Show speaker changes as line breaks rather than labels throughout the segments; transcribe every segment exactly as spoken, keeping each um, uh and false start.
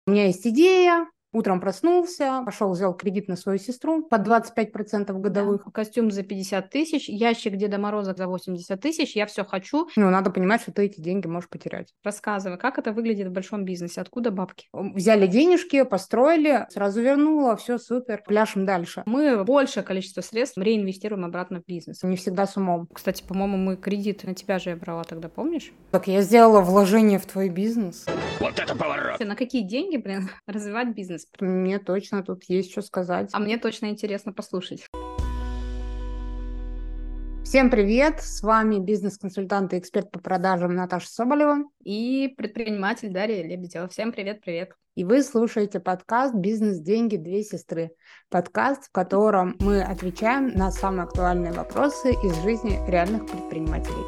У меня есть идея, утром проснулся, пошел, взял кредит на свою сестру под двадцать пять процентов
Да.
годовых.
Костюм за пятьдесят тысяч, ящик Деда Мороза за восемьдесят тысяч, я все хочу.
Ну, надо понимать, что ты эти деньги можешь потерять.
Рассказывай, как это выглядит в большом бизнесе, откуда бабки?
Взяли денежки, построили, сразу вернула, все супер, пляшем дальше.
Мы большее количество средств реинвестируем обратно в бизнес.
Не всегда с умом.
Кстати, по-моему, мы кредит на тебя же я брала тогда, помнишь?
Так я сделала вложение в твой бизнес.
На какие деньги, блин, развивать бизнес?
Мне точно тут есть что сказать.
А мне точно интересно послушать.
Всем привет! С вами бизнес-консультант и эксперт по продажам Наташа Соболева.
И предприниматель Дарья Лебедева. Всем привет-привет.
И вы слушаете подкаст «Бизнес, деньги, две сестры». Подкаст, в котором мы отвечаем на самые актуальные вопросы из жизни реальных предпринимателей.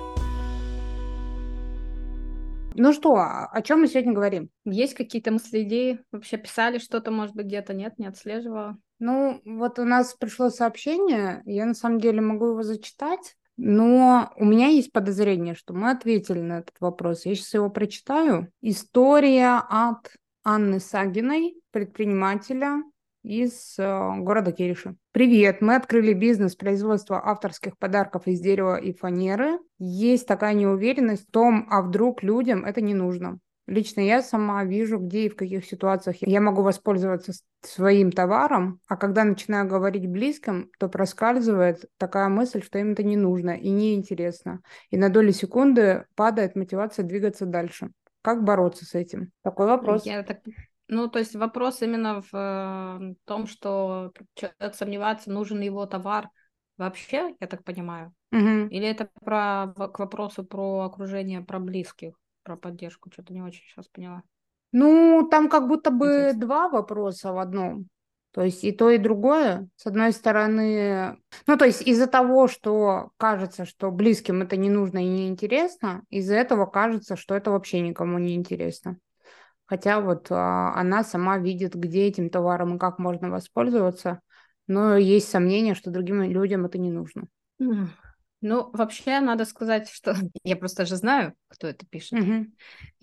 Ну что, о чем мы сегодня говорим?
Есть какие-то мысли, идеи? Вообще писали что-то, может быть, где-то нет, не отслеживала?
Ну, вот у нас пришло сообщение, я на самом деле могу его зачитать, но у меня есть подозрение, что мы ответили на этот вопрос. Я сейчас его прочитаю. История от Анны Сагиной, предпринимателя из э, города Кириши. Привет, мы открыли бизнес производства авторских подарков из дерева и фанеры. Есть такая неуверенность в том, а вдруг людям это не нужно. Лично я сама вижу, где и в каких ситуациях я могу воспользоваться своим товаром, а когда начинаю говорить близким, то проскальзывает такая мысль, что им это не нужно и неинтересно. И на долю секунды падает мотивация двигаться дальше. Как бороться с этим? Такой вопрос.
Я так... Ну, то есть вопрос именно в э, том, что человек сомневается, нужен ли его товар вообще, я так понимаю.
Угу.
Или это про, к вопросу про окружение, про близких, про поддержку? Что-то не очень сейчас поняла.
Ну, там как будто бы
Контекст.
два вопроса в одном. То есть и то, и другое. С одной стороны, ну, то есть из-за того, что кажется, что близким это не нужно и не интересно, из-за этого кажется, что это вообще никому не интересно. Хотя вот а, она сама видит, где этим товаром и как можно воспользоваться, но есть сомнение, что другим людям это не нужно.
М. Ну, вообще, надо сказать, что я просто же знаю, кто это пишет.
Мгм.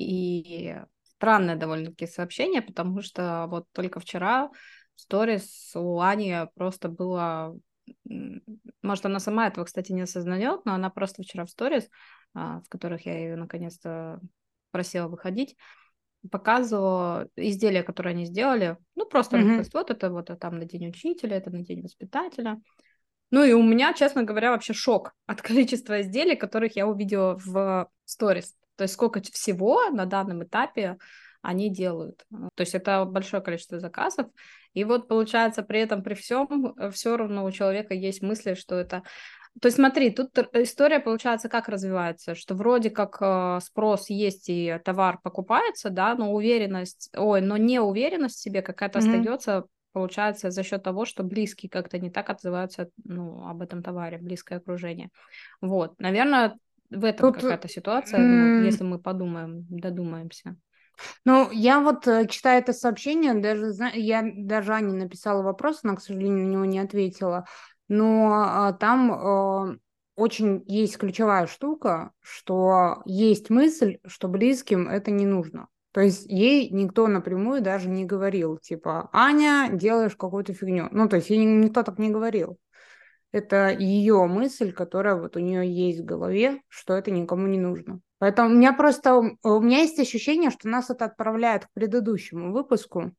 И странное довольно-таки сообщение, потому что вот только вчера в сторис у Ани просто было... м, Может, она сама этого, кстати, не осознает, но она просто вчера в сторис, а, в которых я ее наконец-то просила выходить, показывала изделия, которые они сделали. Ну, просто она
Мгм.
говорит, вот это вот а там на день учителя, это на день воспитателя. Ну и у меня, честно говоря, вообще шок от количества изделий, которых я увидела в сторис. То есть сколько всего на данном этапе они делают. То есть это большое количество заказов. И вот получается при этом, при всем, все равно у человека есть мысли, что это... То есть смотри, тут история получается как развивается, что вроде как э, спрос есть и товар покупается, да, но уверенность, ой, но неуверенность в себе какая-то
Мгм.
остается, получается, за счет того, что близкие как-то не так отзываются, ну, об этом товаре, близкое окружение. Вот, наверное, в этом
Тут,
какая-то ситуация, ну,
м,
если мы подумаем, додумаемся.
ну, я вот э, читаю это сообщение, даже зна- я даже Ане написала вопрос, она, к сожалению, на него не ответила, но а, там э, очень есть ключевая штука, что есть мысль, что близким это не нужно. То есть ей никто напрямую даже не говорил, типа, Аня, делаешь какую-то фигню. Ну, то есть ей никто так не говорил. Это ее мысль, которая вот у нее есть в голове, что это никому не нужно. Поэтому у меня просто, у меня есть ощущение, что нас это отправляет к предыдущему выпуску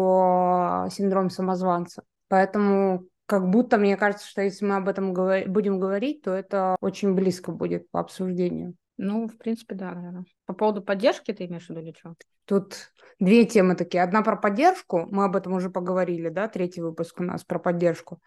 про синдром самозванца. Поэтому как будто мне кажется, что если мы об этом говор- будем говорить, то это очень близко будет по обсуждению.
Ну, в принципе, да, наверное. По поводу поддержки ты имеешь в виду или что?
Тут две темы такие. Одна про поддержку, мы об этом уже поговорили, да, третий выпуск у нас про поддержку.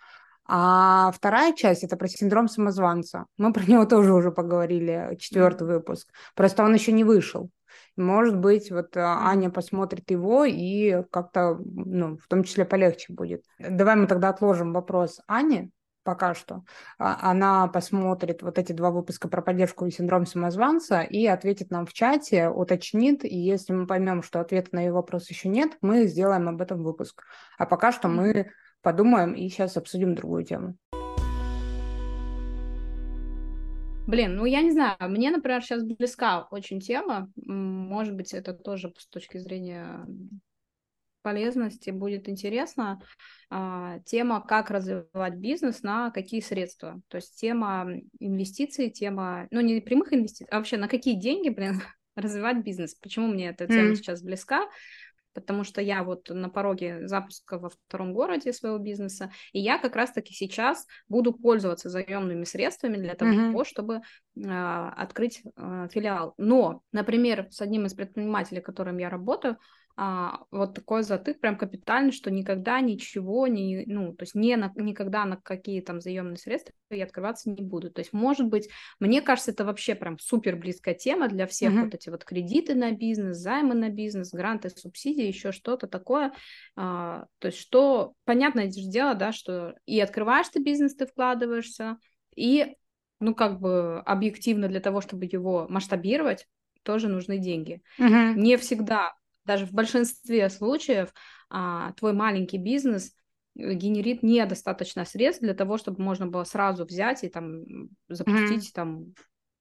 А вторая часть это про синдром самозванца. Мы про него тоже уже поговорили, четвертый
М.
выпуск. Просто он еще не вышел. Может быть, вот а, Аня
М.
посмотрит его и как-то, ну, в том числе полегче будет. Давай мы тогда отложим вопрос Ане пока что. А- Она посмотрит вот эти два выпуска про поддержку и синдром самозванца и ответит нам в чате, уточнит. И если мы поймем, что ответа на ее вопрос еще нет, мы сделаем об этом выпуск. А пока что
Мгм.
мы подумаем и сейчас обсудим другую тему.
Блин, ну я не знаю, мне, например, сейчас близка очень тема. М, Может быть, это тоже с точки зрения полезности, будет интересно. А, тема, как развивать бизнес, на какие средства. То есть тема инвестиций, тема, ну, не прямых инвестиций, а вообще на какие деньги, блин, развивать бизнес. Почему мне эта тема
М,
сейчас близка? Потому что я вот на пороге запуска во втором городе своего бизнеса, и я как раз-таки сейчас буду пользоваться заемными средствами для
мгм,
того, чтобы а, открыть а, филиал. Но, например, с одним из предпринимателей, которым я работаю, а, вот такой затык прям капитальный, что никогда ничего не, ну, то есть не на, никогда на какие там заемные средства я открываться не буду. То есть, может быть, мне кажется, это вообще прям супер близкая тема для всех,
мгм,
вот эти вот кредиты на бизнес, займы на бизнес, гранты, субсидии, еще что-то такое. А, то есть, что, понятное же дело, да, что и открываешь ты бизнес, ты вкладываешься, и, ну, как бы объективно для того, чтобы его масштабировать, тоже нужны деньги.
мгм,
Не всегда, даже в большинстве случаев, а, твой маленький бизнес э, генерит недостаточно средств для того, чтобы можно было сразу взять и там м,
мгм,
запустить там,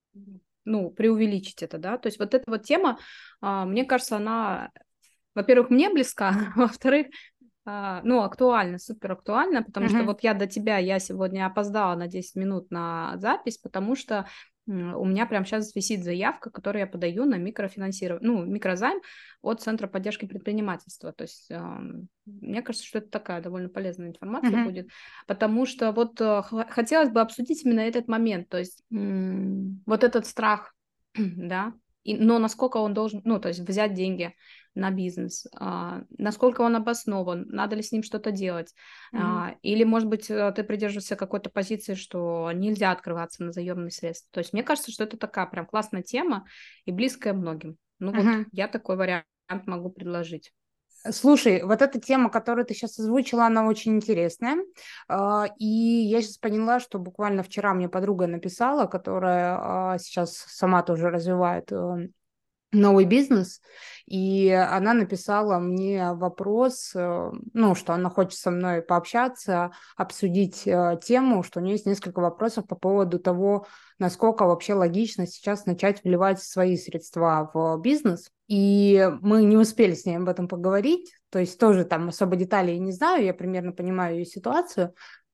ну, преувеличить это, да. То есть вот эта вот тема, а, мне кажется, она, во-первых, мне близка, во-вторых, а, ну, актуально, супер актуально, потому что
мгм,
вот я до тебя, я сегодня опоздала на десять минут на запись, потому что м, у меня прямо сейчас висит заявка, которую я подаю на микрофинансирование, ну, микрозайм от Центра поддержки предпринимательства. То есть ам, мне кажется, что это такая довольно полезная информация
мгм,
будет, потому что вот э, х- хотелось бы обсудить именно этот момент, то есть м, вот этот страх, да, и, но насколько он должен, ну, то есть взять деньги на бизнес, а, насколько он обоснован, надо ли с ним что-то делать,
мгм.
а, или, может быть, э, ты придерживаешься какой-то позиции, что нельзя открываться на заемные средства. То есть мне кажется, что это такая прям классная тема и близкая многим. Ну вот
Мгм.
я такой вариант могу предложить.
Слушай, вот эта тема, которую ты сейчас озвучила, она очень интересная. А, И я сейчас поняла, что буквально вчера мне подруга написала, которая а, сейчас сама тоже развивает э, новый бизнес, и она написала мне вопрос, э, ну, что она хочет со мной пообщаться, обсудить э, тему, что у нее есть несколько вопросов по поводу того, насколько вообще логично сейчас начать вливать свои средства в бизнес. И мы не успели с ней об этом поговорить, то есть тоже там особо деталей не знаю, я примерно понимаю ее ситуацию,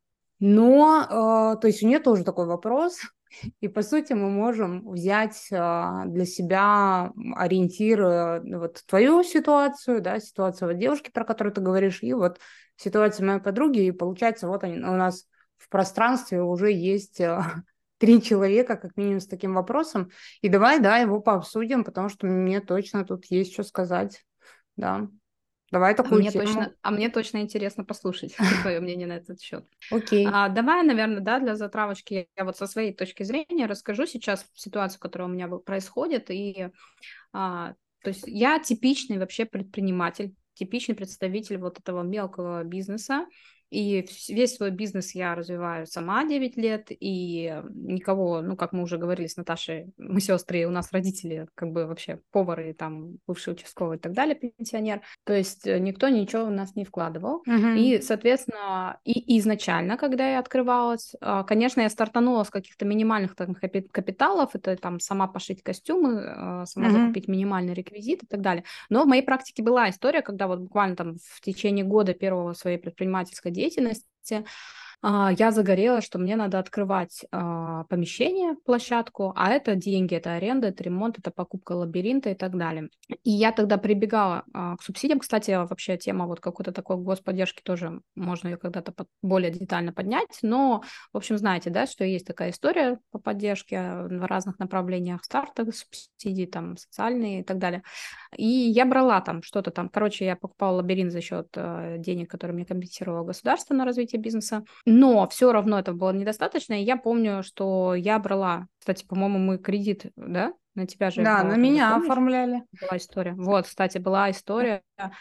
но, э, то есть у нее тоже такой вопрос, и, по сути, мы можем взять а, для себя ориентир, э, ну, вот твою ситуацию, да, ситуацию вот девушки, про которую ты говоришь, и вот ситуацию моей подруги, и получается, вот они, у нас в пространстве уже есть а, три человека, как минимум, с таким вопросом, и давай, да, его пообсудим, потому что мне точно тут есть что сказать, да. Давай
А
такую
мне
тему.
точно, а мне точно интересно послушать твое мнение на этот счет.
Окей.
А, давай, наверное, да, для затравочки я вот со своей точки зрения расскажу сейчас ситуацию, которая у меня бу- происходит. И, а, то есть я типичный вообще предприниматель, типичный представитель вот этого мелкого бизнеса. И вс- весь свой бизнес я развиваю сама девять лет, и никого, ну, как мы уже говорили с Наташей, мы сестры, и у нас родители как бы вообще повары, там, бывший участковый и так далее, пенсионер. То есть э, никто ничего у нас не вкладывал.
Угу.
И, соответственно, и изначально, когда я открывалась, а, конечно, я стартанула с каких-то минимальных там капи- капиталов, это там сама пошить костюмы, а, сама
Угу.
закупить минимальный реквизит и так далее. Но в моей практике была история, когда вот буквально там в течение года первого своей предпринимательской деятельности а, я загорелась, что мне надо открывать а, помещение, площадку, а это деньги, это аренда, это ремонт, это покупка лабиринта и так далее. И я тогда прибегала а, к субсидиям. Кстати, вообще тема вот какой-то такой господдержки тоже можно ее когда-то под- более детально поднять, но, в общем, знаете, да, что есть такая история по поддержке в разных направлениях, старта субсидий, там, социальные и так далее. И я брала там что-то там, короче, я покупала лабиринт за счет э, денег, которые мне компенсировало государство на развитие бизнеса, но все равно это было недостаточно, и я помню, что я брала, кстати, по-моему, мы кредит, да, на тебя же я
Да, на
брала тогда,
меня
помнишь?
оформляли.
Была история. Вот, кстати, была история,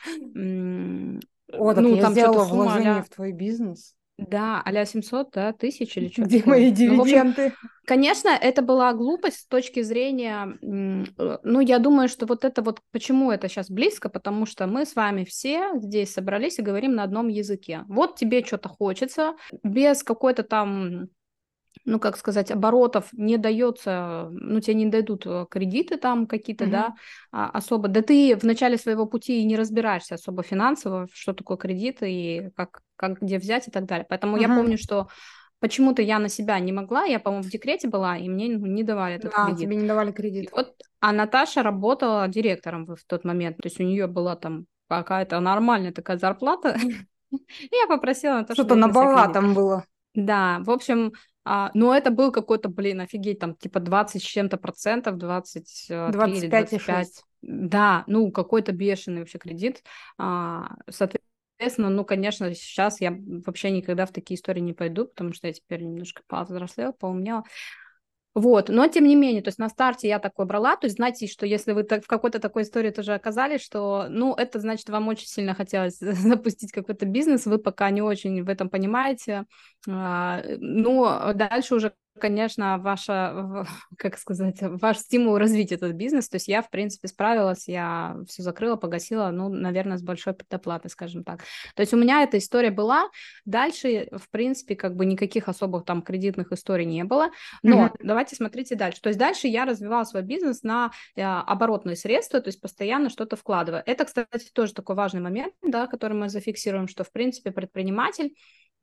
м,
О, так
ну,
я
там что-то
сделала
сумма
вложение
а
в твой бизнес.
да, а семьсот, да, тысяч или что
Где
такое.
мои
Ну, в общем,
дивиденды?
конечно, это была глупость с точки зрения, м, э, ну, я думаю, что вот это вот, почему это сейчас близко, потому что мы с вами все здесь собрались и говорим на одном языке. Вот тебе что-то хочется, без какой-то там ну, как сказать, оборотов не дается, ну, тебе не дадут э, кредиты там какие-то,
Мгм.
да, а, особо. Да ты в начале своего пути и не разбираешься особо финансово, что такое кредиты и как, как где взять и так далее. Поэтому я
Мгм.
помню, что почему-то я на себя не могла, я, по-моему, в декрете была, и мне ну, не давали этот
Да,
кредит.
тебе не давали
И
кредит.
вот, а Наташа работала директором в в тот момент, то есть у нее была там какая-то нормальная такая зарплата, и я попросила Наташу
Что-то
дать
на
на себя кредит.
богатом было.
Да, в общем, а, но это был какой-то, блин, офигеть, там, типа двадцать с чем-то процентов, двадцать три или
двадцать пять и
двадцать пять.
шесть.
Да, ну, какой-то бешеный вообще кредит. А, соответственно, ну, конечно, сейчас я вообще никогда в такие истории не пойду, потому что я теперь немножко повзрослела, поумнела. Вот, но тем не менее, то есть на старте я такое брала, то есть знаете, что если вы так, в какой-то такой истории тоже оказались, что, ну, это значит, вам очень сильно хотелось запустить какой-то бизнес, вы пока не очень в этом понимаете, а, ну, дальше уже, конечно, ваша, в- как сказать, ваш стимул развить этот бизнес, то есть я, в принципе, справилась, я все закрыла, погасила, ну, наверное, с большой предоплатой, скажем так. То есть у меня эта история была, дальше, в принципе, как бы никаких особых там кредитных историй не было,
Мгм.
но давайте смотрите дальше. То есть дальше я развивала свой бизнес на э, оборотные средства, то есть постоянно что-то вкладывая. Это, кстати, тоже такой важный момент, да, который мы зафиксируем, что, в принципе, предприниматель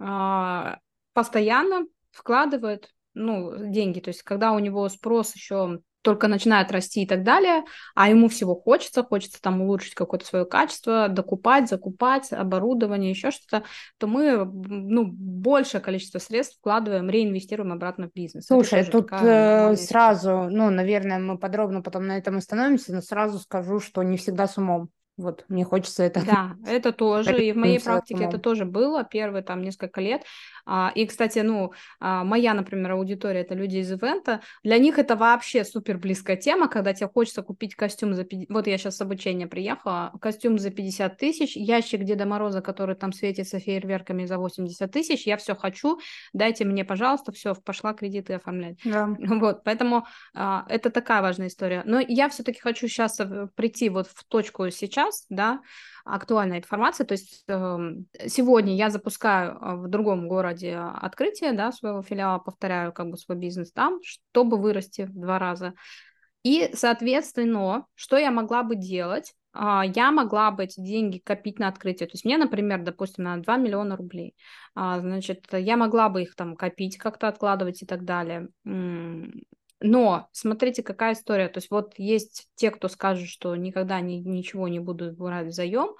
а, постоянно вкладывает, ну, деньги. То есть когда у него спрос еще только начинает расти и так далее, а ему всего хочется, хочется там улучшить какое-то свое качество, докупать, закупать оборудование, еще что-то, то мы, ну, большее количество средств вкладываем, реинвестируем обратно в бизнес. Это
Слушай,
тоже
тут
такая
э,
нормальная история.
сразу, ну, наверное, мы подробно потом на этом остановимся, но сразу скажу, что не всегда с умом. Вот, мне хочется это
Да, это тоже, и в
не
моей
всегда с
практике это
умом.
тоже было первые там несколько лет. А, и, кстати, ну, а, моя, например, аудитория, это люди из ивента, для них это вообще супер близкая тема, когда тебе хочется купить костюм за пятьдесят... Вот я сейчас с обучения приехала, костюм за пятьдесят тысяч, ящик Деда Мороза, который там светится фейерверками за восемьдесят тысяч, я все хочу, дайте мне, пожалуйста, все, пошла кредиты оформлять.
Да.
Вот, поэтому а, это такая важная история. Но я все-таки хочу сейчас прийти вот в точку сейчас, да, актуальная информация. То есть э, сегодня я запускаю э, в другом городе открытие, да, своего филиала, повторяю как бы свой бизнес там, чтобы вырасти в два раза. И, соответственно, что я могла бы делать? А, Я могла бы эти деньги копить на открытие. То есть мне, например, допустим, на два миллиона рублей. А, Значит, я могла бы их там копить, как-то откладывать и так далее. М, Но смотрите, какая история. То есть вот есть те, кто скажет, что никогда ни- ничего не буду брать в заем.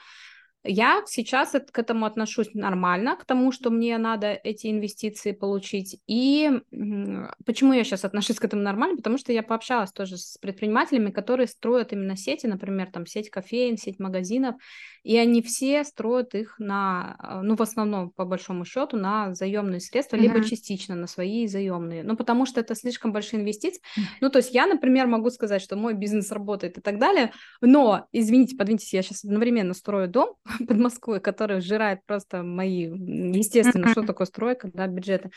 Я сейчас эт- к этому отношусь нормально, к тому, что мне надо эти инвестиции получить. И м, почему я сейчас отношусь к этому нормально? Потому что я пообщалась тоже с предпринимателями, которые строят именно сети, например, там сеть кофеин, сеть магазинов, и они все строят их на, а, ну, в основном, по большому счету, на заемные средства, либо
Мгм.
частично на свои заемные. Ну, потому что это слишком большие инвестиции. Ну, то есть я, например, могу сказать, что мой бизнес работает и так далее, но, извините, подвиньтесь, я сейчас одновременно строю дом, под Москвой, который сжирает просто мои, естественно, что
Мгм.
такое стройка, да, бюджеты.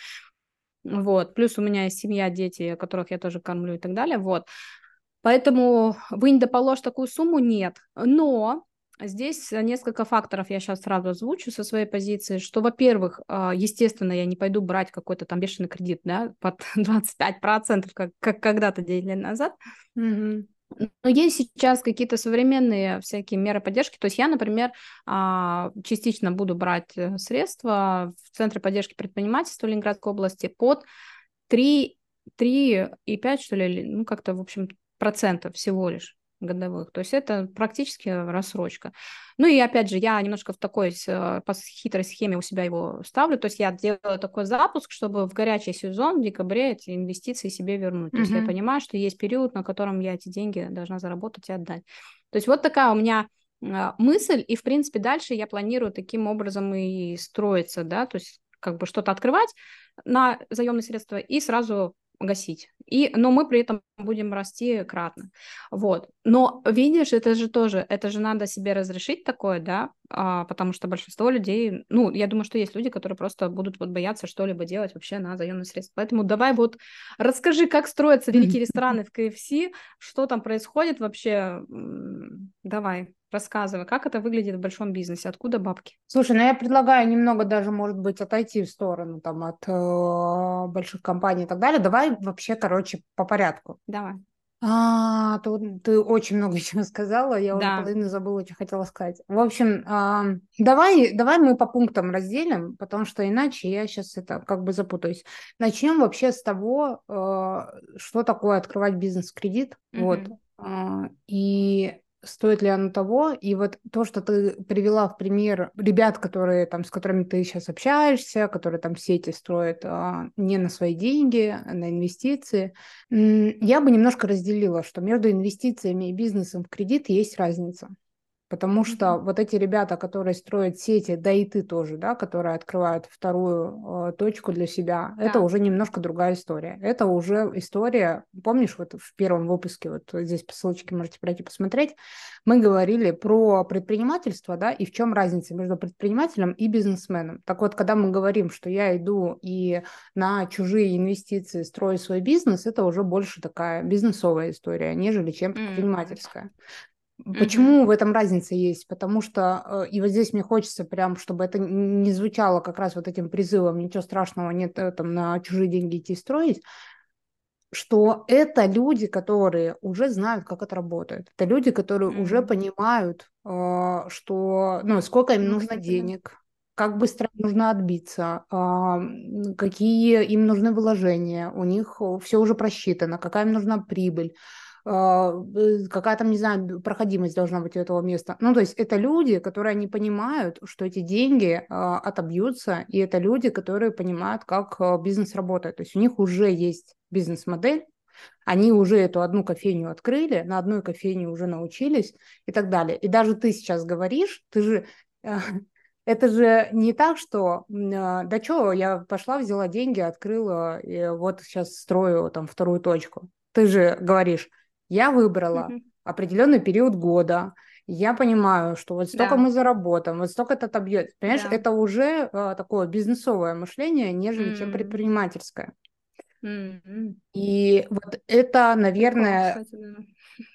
Вот. Плюс у меня есть семья, дети, которых я тоже кормлю и так далее. Вот. Поэтому вы не доположь такую сумму? Нет. Но здесь несколько факторов я сейчас сразу озвучу со своей позиции, что, во-первых, а, естественно, я не пойду брать какой-то там бешеный кредит, да, под двадцать пять процентов, как, как когда-то девять лет назад.
Мгм.
Но есть сейчас какие-то современные всякие меры поддержки. То есть я, например, а, частично буду брать э, средства в Центре поддержки предпринимательства Ленинградской области под три, три и пять, что ли, или, ну как-то, в общем, процентов всего лишь годовых. То есть это практически рассрочка. Ну и опять же, я немножко в такой с- э, по хитрой схеме у себя его ставлю. То есть я делаю такой запуск, чтобы в горячий сезон, в декабре, эти инвестиции себе вернуть. То есть я
Мгм.
понимаю, что есть период, на котором я эти деньги должна заработать и отдать. То есть вот такая у меня э, мысль, и в принципе дальше я планирую таким образом и строиться, да, то есть как бы что-то открывать на заемные средства и сразу гасить. И, но мы при этом будем расти кратно. Вот. Но видишь, это же тоже, это же надо себе разрешить такое, да, а, потому что большинство людей, ну, я думаю, что есть люди, которые просто будут вот бояться что-либо делать вообще на заемные средства. Поэтому давай вот расскажи, как строятся великие рестораны в ка эф си, что там происходит вообще. М, Давай, рассказывай, как это выглядит в большом бизнесе, откуда бабки?
Слушай, ну я предлагаю немного даже, может быть, отойти в сторону там от э, больших компаний и так далее. Давай вообще, короче, по порядку.
Давай.
А, тут ты очень много чего сказала, я уже
Да.
половину забыла, что хотела сказать. В общем, а, давай, давай мы по пунктам разделим, потому что иначе я сейчас это как бы запутаюсь. Начнем вообще с того, а, что такое открывать бизнес-кредит, вот,
Мгм.
а, и стоит ли оно того, и вот то, что ты привела в пример ребят, которые там, с которыми ты сейчас общаешься, которые там сети строят а, не на свои деньги, а на инвестиции. М, Я бы немножко разделила, что между инвестициями и бизнесом в кредит есть разница. Потому что
Мгм.
вот эти ребята, которые строят сети, да и ты тоже, да, которые открывают вторую э, точку для себя, это
Да.
уже немножко другая история. Это уже история, помнишь, вот в первом выпуске, вот здесь по ссылочке можете пройти посмотреть, мы говорили про предпринимательство, да, и в чем разница между предпринимателем и бизнесменом. Так вот, когда мы говорим, что я иду и на чужие инвестиции строю свой бизнес, это уже больше такая бизнесовая история, нежели чем
М.
предпринимательская.
Мгм.
Почему в этом разница есть? Потому что, э, и вот здесь мне хочется прям, чтобы это не звучало как раз вот этим призывом, ничего страшного, нет, э, там на чужие деньги идти строить, что это люди, которые уже знают, как это работает. Это люди, которые уже
М.
понимают, э, что, ну, сколько им
Ну,
нужно
кстати, да.
денег, как быстро им нужно отбиться, а, м, какие им нужны вложения, у них все уже просчитано, какая им нужна прибыль, а, э, какая там, не знаю, проходимость должна быть у этого места. Ну, то есть это люди, которые они понимают, что эти деньги а, отобьются, и это люди, которые понимают, как а, бизнес работает. То есть у них уже есть бизнес-модель, они уже эту одну кофейню открыли, на одной кофейне уже научились и так далее. И даже ты сейчас говоришь, ты же... э, Это же не так, что м, а, да что, я пошла, взяла деньги, открыла, и вот сейчас строю там вторую точку. Ты же говоришь, я выбрала
Мгм.
определенный период года, я понимаю, что вот столько
Да.
мы заработаем, вот столько это отобьет. Понимаешь,
Да.
это уже а, такое бизнесовое мышление, нежели чем
М.
предпринимательское.
М.
И вот это,
Прикол,
наверное,
кстати, да.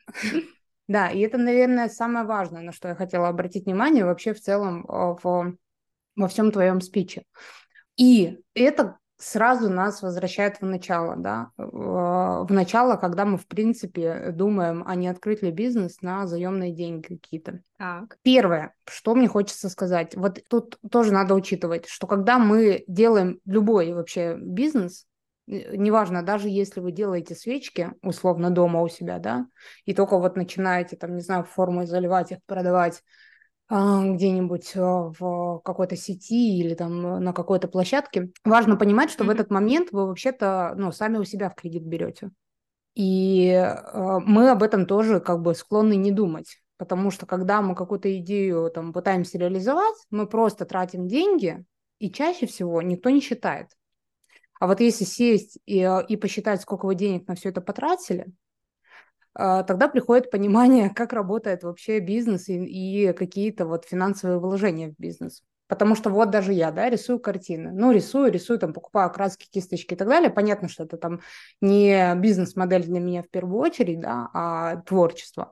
да, и это, наверное, самое важное, на что я хотела обратить внимание вообще в целом а, в, во всем твоем спиче. И это сразу нас возвращает в начало, да, э, в начало, когда мы, в принципе, думаем, а не открыть ли бизнес на заемные деньги какие-то.
Так.
Первое, что мне хочется сказать, вот тут тоже надо учитывать, что когда мы делаем любой вообще бизнес, э, неважно, даже если вы делаете свечки, условно, дома у себя, да, и только вот начинаете, там, не знаю, форму заливать их, продавать, а, где-нибудь а, в какой-то сети или там э, на какой-то площадке, важно понимать, что в
Мгм.
этот момент вы вообще-то, ну, сами у себя в кредит берете. И а, мы об этом тоже как бы склонны не думать, потому что когда мы какую-то идею там пытаемся реализовать, мы просто тратим деньги, и чаще всего никто не считает. А вот если сесть и, а, и посчитать, сколько вы денег на все это потратили, а, тогда приходит понимание, как работает вообще бизнес и, и какие-то вот финансовые вложения в бизнес. Потому что вот даже я, да, рисую картины. Ну, рисую, рисую, там, покупаю краски, кисточки и так далее. Понятно, что это там не бизнес-модель для меня в первую очередь, да, а творчество.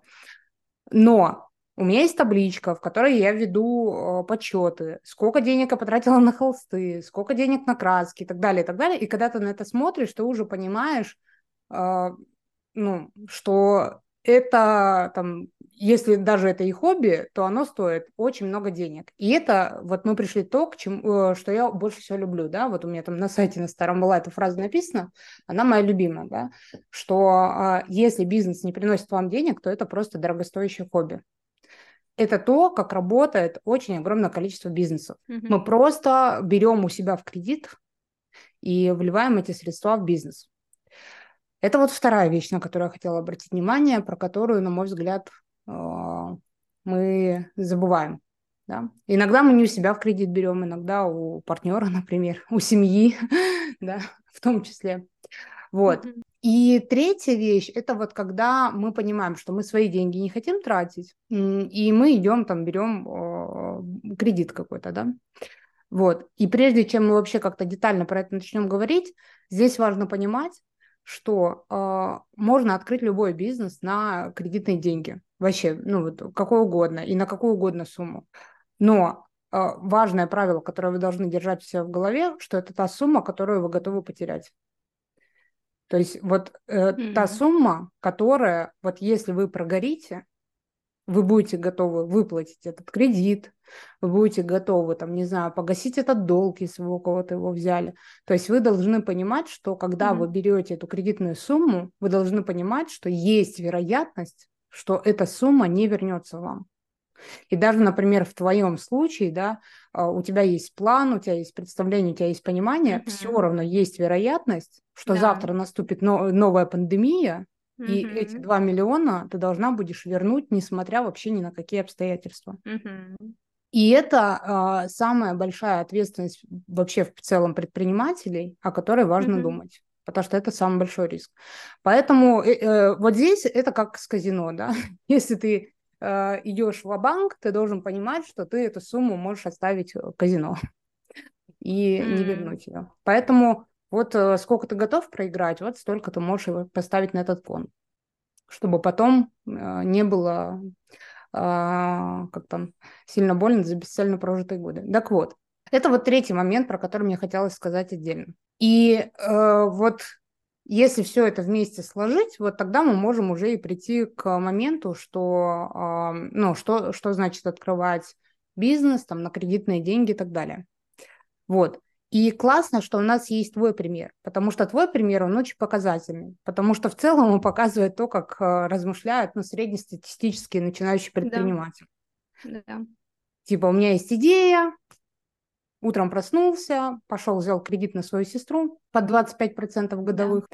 Но у меня есть табличка, в которой я веду э, подсчеты, сколько денег я потратила на холсты, сколько денег на краски и так далее, и так далее. И когда ты на это смотришь, ты уже понимаешь, э, ну, что это там, если даже это и хобби, то оно стоит очень много денег. И это, вот мы пришли к то, к чему, э, что я больше всего люблю, да, вот у меня там на сайте на старом была эта фраза написана, она моя любимая, да, что а, если бизнес не приносит вам денег, то это просто дорогостоящее хобби. Это то, как работает очень огромное количество бизнесов.
Мгм.
Мы просто берем у себя в кредит и вливаем эти средства в бизнес. Это вот вторая вещь, на которую я хотела обратить внимание, про которую, на мой взгляд, а, мы забываем. Да? Иногда мы не у себя в кредит берем, иногда у партнера, например, у семьи, да, в том числе. Вот.
Мгм.
И третья вещь – это вот когда мы понимаем, что мы свои деньги не хотим тратить, и мы идем там, берем кредит какой-то, да. Вот. И прежде чем мы вообще как-то детально про это начнем говорить, здесь важно понимать, что э, можно открыть любой бизнес на кредитные деньги. Вообще, ну вот какой угодно и на какую угодно сумму. Но э, важное правило, которое вы должны держать все в голове, что это та сумма, которую вы готовы потерять. То есть вот э, mm-hmm. та сумма, которая, вот если вы прогорите, вы будете готовы выплатить этот кредит, вы будете готовы, там, не знаю, погасить этот долг, если вы у кого-то его взяли. То есть вы должны понимать, что когда mm-hmm. вы берете эту кредитную сумму, вы должны понимать, что есть вероятность, что эта сумма не вернется вам. И даже, например, в твоем случае, да, у тебя есть план, у тебя есть представление, у тебя есть понимание, mm-hmm. все равно есть вероятность, что да. завтра наступит но- новая пандемия, mm-hmm. и эти два миллиона ты должна будешь вернуть, несмотря вообще ни на какие обстоятельства.
Mm-hmm.
И это э, самая большая ответственность вообще в целом предпринимателей, о которой важно mm-hmm. думать. Потому что это самый большой риск. Поэтому э, э, вот здесь это как с казино, да. Если ты э, идешь ва-банк, ты должен понимать, что ты эту сумму можешь оставить в казино и mm. не вернуть ее. Поэтому вот э, сколько ты готов проиграть, вот столько ты можешь его поставить на этот фонд, чтобы потом э, не было э, как там сильно больно за бесцельно прожитые годы. Так вот, это вот третий момент, про который мне хотелось сказать отдельно. И э, вот если все это вместе сложить, вот тогда мы можем уже и прийти к моменту, что, э, ну, что, что значит открывать бизнес там, на кредитные деньги и так далее. Вот. И классно, что у нас есть твой пример, потому что твой пример, он очень показательный, потому что в целом он показывает то, как э, размышляют ну, среднестатистические начинающие предприниматели.
Да. Да.
Типа у меня есть идея, утром проснулся, пошел, взял кредит на свою сестру под двадцать пять процентов годовых,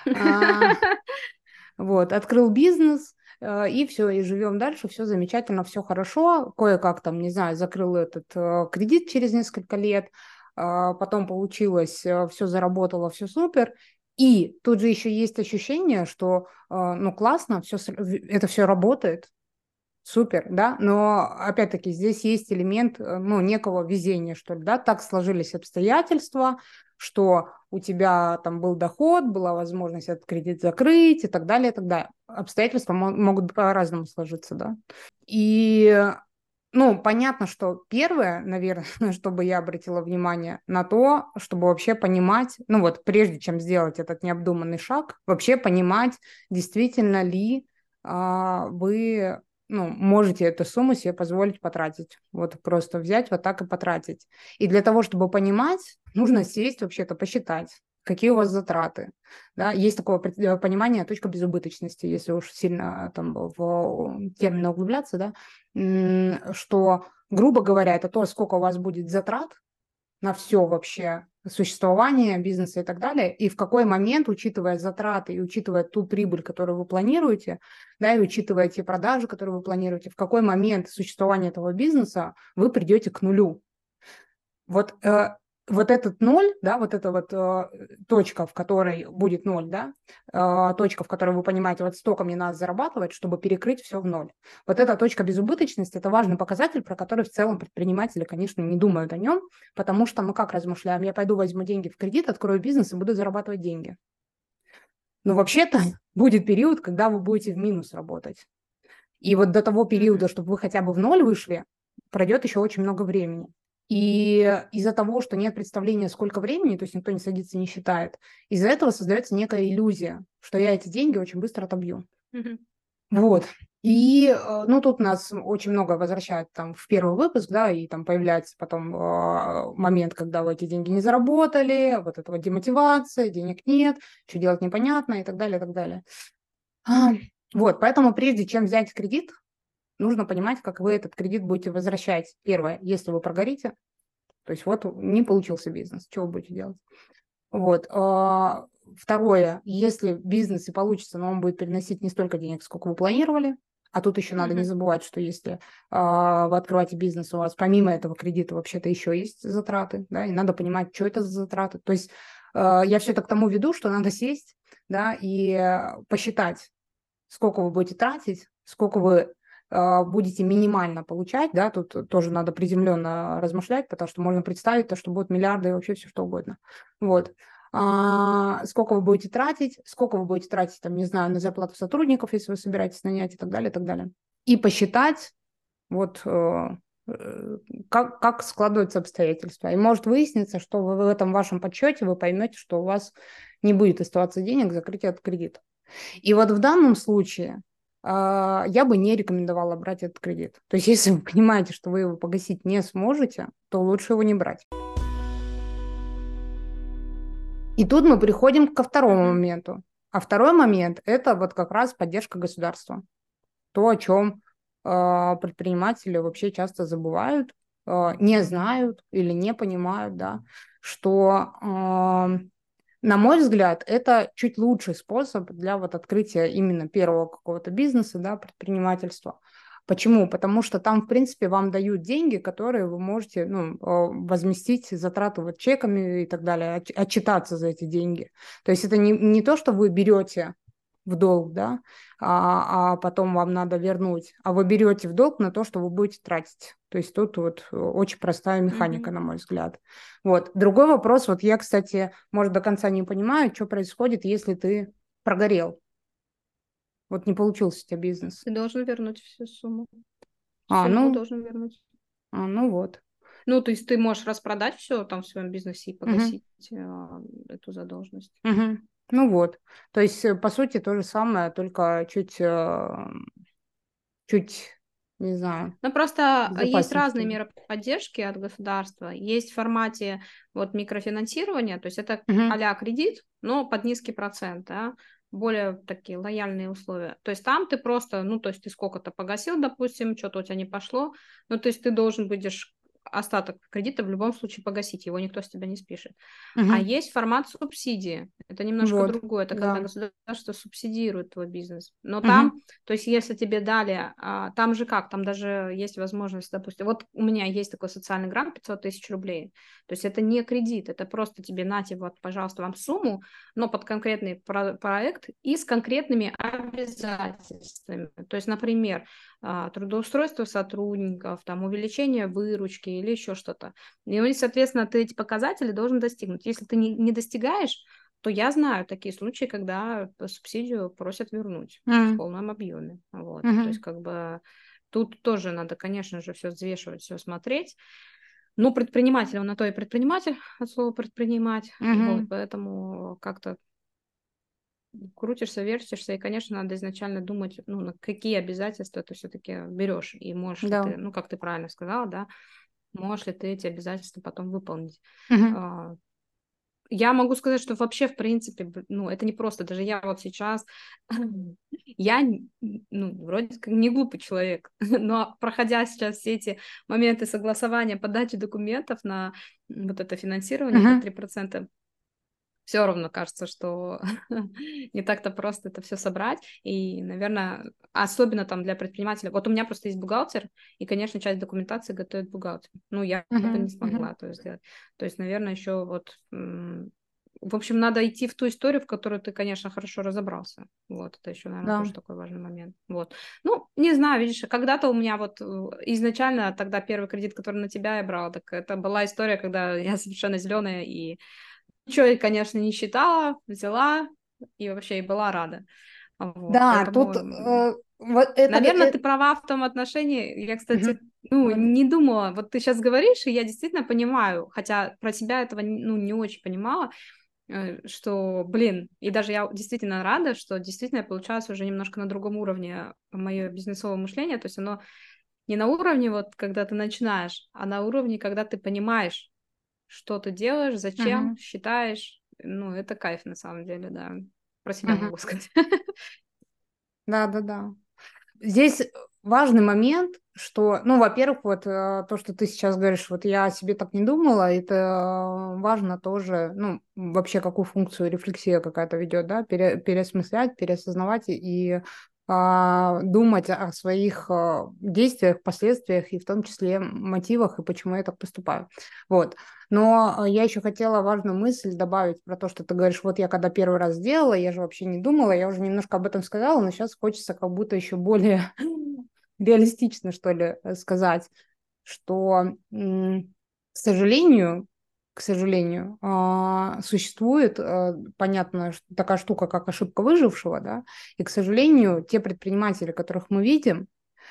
вот, открыл бизнес, и все, и живем дальше, все замечательно, все хорошо, кое-как там, не знаю, закрыл этот кредит через несколько лет, потом получилось, все заработало, все супер, и тут же еще есть ощущение, что, ну, классно, все, это все работает, супер, да, но опять-таки здесь есть элемент, ну, некого везения, что ли, да, так сложились обстоятельства, что у тебя там был доход, была возможность этот кредит закрыть и так далее, и так далее. Обстоятельства могут по-разному сложиться, да. И, ну, понятно, что первое, наверное, чтобы я обратила внимание на то, чтобы вообще понимать, ну вот прежде чем сделать этот необдуманный шаг, вообще понимать, действительно ли а, вы ну, можете эту сумму себе позволить потратить. Вот просто взять вот так и потратить. И для того, чтобы понимать, нужно сесть вообще-то посчитать, какие у вас затраты. Да? Есть такое понимание точка безубыточности, если уж сильно там в термины углубляться, да? Что, грубо говоря, это то, сколько у вас будет затрат на все вообще существование бизнеса и так далее, и в какой момент, учитывая затраты и учитывая ту прибыль, которую вы планируете, да, и учитывая те продажи, которые вы планируете, в какой момент существования этого бизнеса вы придете к нулю. Вот, э, вот этот ноль, да, вот эта вот э, точка, в которой будет ноль, да, э, точка, в которой вы понимаете, вот столько мне надо зарабатывать, чтобы перекрыть все в ноль. Вот эта точка безубыточности – это важный показатель, про который в целом предприниматели, конечно, не думают о нем, потому что мы как размышляем? Я пойду возьму деньги в кредит, открою бизнес и буду зарабатывать деньги. Но вообще-то будет период, когда вы будете в минус работать. И вот до того периода, чтобы вы хотя бы в ноль вышли, пройдет еще очень много времени. И из-за того, что нет представления, сколько времени, то есть никто не садится и не считает, из-за этого создается некая иллюзия, что я эти деньги очень быстро отобью. Mm-hmm. Вот. И, ну, тут нас очень много возвращают там в первый выпуск, да, и там появляется потом э, момент, когда вы эти деньги не заработали, вот этого демотивация, денег нет, что делать непонятно и так далее, и так далее. А, вот, поэтому прежде чем взять кредит, нужно понимать, как вы этот кредит будете возвращать. Первое, если вы прогорите, то есть вот не получился бизнес, что вы будете делать? Вот. Второе, если бизнес и получится, но он будет переносить не столько денег, сколько вы планировали, а тут еще mm-hmm. надо не забывать, что если вы открываете бизнес, у вас помимо этого кредита вообще-то еще есть затраты, да, и надо понимать, что это за затраты. То есть я все это к тому веду, что надо сесть, да, и э, посчитать, сколько вы будете тратить, сколько вы э, будете минимально получать, да, тут тоже надо приземленно размышлять, потому что можно представить то, что будут миллиарды и вообще все что угодно. Вот. А, сколько вы будете тратить, сколько вы будете тратить, там, не знаю, на зарплату сотрудников, если вы собираетесь нанять и так далее, и так далее. И посчитать, вот, э, э, как, как складываются обстоятельства. И может выясниться, что вы в этом вашем подсчете вы поймете, что у вас не будет оставаться денег закрыть этот кредит. И вот в данном случае а, я бы не рекомендовала брать этот кредит. То есть если вы понимаете, что вы его погасить не сможете, то лучше его не брать. И тут мы приходим ко второму
Мгм.
моменту. А второй момент – это вот как раз поддержка государства. То, о чем э, предприниматели вообще часто забывают, э, не знают или не понимают, да, что, э, на мой взгляд, это чуть лучший способ для вот открытия именно первого какого-то бизнеса, да, предпринимательства. Почему? Потому что там, в принципе, вам дают деньги, которые вы можете, ну, э, возместить затраты вот чеками и так далее, отч- отчитаться за эти деньги. То есть это не, не то, что вы берете в долг, да, а, а потом вам надо вернуть, а вы берете в долг на то, что вы будете тратить. То есть тут вот э, очень простая механика,
Мгм.
на мой взгляд. Вот. Другой вопрос, вот я, кстати, может, до конца не понимаю, что происходит, если ты прогорел. Вот не получился у тебя бизнес.
Ты должен вернуть всю сумму.
А,
Сумму
ну,
должен вернуть.
а, ну вот.
Ну, то есть ты можешь распродать все там в своем бизнесе и
Мгм,
погасить а, эту задолженность.
мгм. Ну вот. То есть, э, по сути, то же самое, только чуть, э, чуть, не знаю,
Ну, просто а, есть
безопаснее, что
разные
ли.
меры поддержки от государства. Есть в формате вот микрофинансирования, то есть это
Мгм,
а-ля кредит, но под низкий процент, да, более такие лояльные условия. То есть там ты просто, ну, то есть ты сколько-то погасил, допустим, что-то у тебя не пошло, ну, то есть ты должен будешь остаток кредита в любом случае погасить, его никто с тебя не спишет. А
мгм.
есть формат субсидии. Это немножко
Вот,
другое. Это когда
да.
государство субсидирует твой бизнес. Но
Мгм,
там, то есть если тебе дали, а, там же как, там даже есть возможность, допустим, вот у меня есть такой социальный грант пятьсот тысяч рублей. То есть это не кредит, это просто тебе нате, вот, пожалуйста, вам сумму, но под конкретный про- проект и с конкретными обязательствами. То есть, например, а, трудоустройство сотрудников, там, увеличение выручки или еще что-то. И, ну, и, соответственно, ты эти показатели должен достигнуть. Если ты не, не достигаешь, то я знаю такие случаи, когда субсидию просят вернуть в
мгм,
полном объеме. Вот. То есть,
мгм.
как бы тут тоже надо, конечно же, все взвешивать, все смотреть. Ну, предприниматель, он на то и предприниматель, от слова предпринимать. Вот,
Мгм.
поэтому как-то крутишься, вертишься, и, конечно, надо изначально думать, ну, на какие обязательства ты все-таки берешь, и можешь ли
Да.
ты, ну, как ты правильно сказала, да, можешь ли ты эти обязательства потом выполнить.
Мгм.
А, Я могу сказать, что вообще, в принципе, б- ну, это не просто. Даже я вот сейчас, я, н- ну, вроде как не глупый человек, но проходя сейчас все эти моменты согласования, подачи документов на вот это финансирование под
Мгм.
три процента, все равно кажется, что не так-то просто это все собрать. И, наверное, особенно там для предпринимателя. Вот у меня просто есть бухгалтер, и, конечно, часть документации готовит бухгалтер. Ну, я бы не
Мгм.
смогла
Мгм.
то сделать. То есть, наверное, еще вот... м, В общем, надо идти в ту историю, в которой ты, конечно, хорошо разобрался. Вот, это еще, наверное,
Да.
тоже такой важный момент. Вот. Ну, не знаю, видишь, когда-то у меня вот э, изначально тогда первый кредит, который на тебя я брала, так это была история, когда я совершенно зеленая и ничего я, конечно, не считала, взяла и вообще и была рада. Вот,
Да,
поэтому,
тут
м,
э, вот это,
наверное,
э,
ты права в том отношении. Я, кстати,
мгм.
ну,
Говори.
не думала. Вот ты сейчас говоришь, и я действительно понимаю, хотя про себя этого, ну, не очень понимала, э, что, блин, и даже я действительно рада, что действительно получалось уже немножко на другом уровне мое бизнесовое мышление, то есть оно не на уровне вот, когда ты начинаешь, а на уровне, когда ты понимаешь, что ты делаешь, зачем,
Мгм.
считаешь. Ну, это кайф на самом деле, да. Про себя
Мгм.
могу сказать.
Да, да, да. Здесь важный момент, что, ну, во-первых, вот э, то, что ты сейчас говоришь, вот я о себе так не думала, это э, важно тоже, ну, вообще какую функцию рефлексия какая-то ведет, да, пере- переосмыслять, переосознавать и а, думать о своих а, действиях, последствиях и в том числе мотивах и почему я так поступаю. Вот. Но а, я еще хотела важную мысль добавить про то, что ты говоришь, вот я когда первый раз сделала, я же вообще не думала, я уже немножко об этом сказала, но сейчас хочется как будто еще более реалистично, что ли, э, сказать, что, м, к сожалению, к сожалению, а, существует, а, понятно, что такая штука, как ошибка выжившего, да, и, к сожалению, те предприниматели, которых мы видим,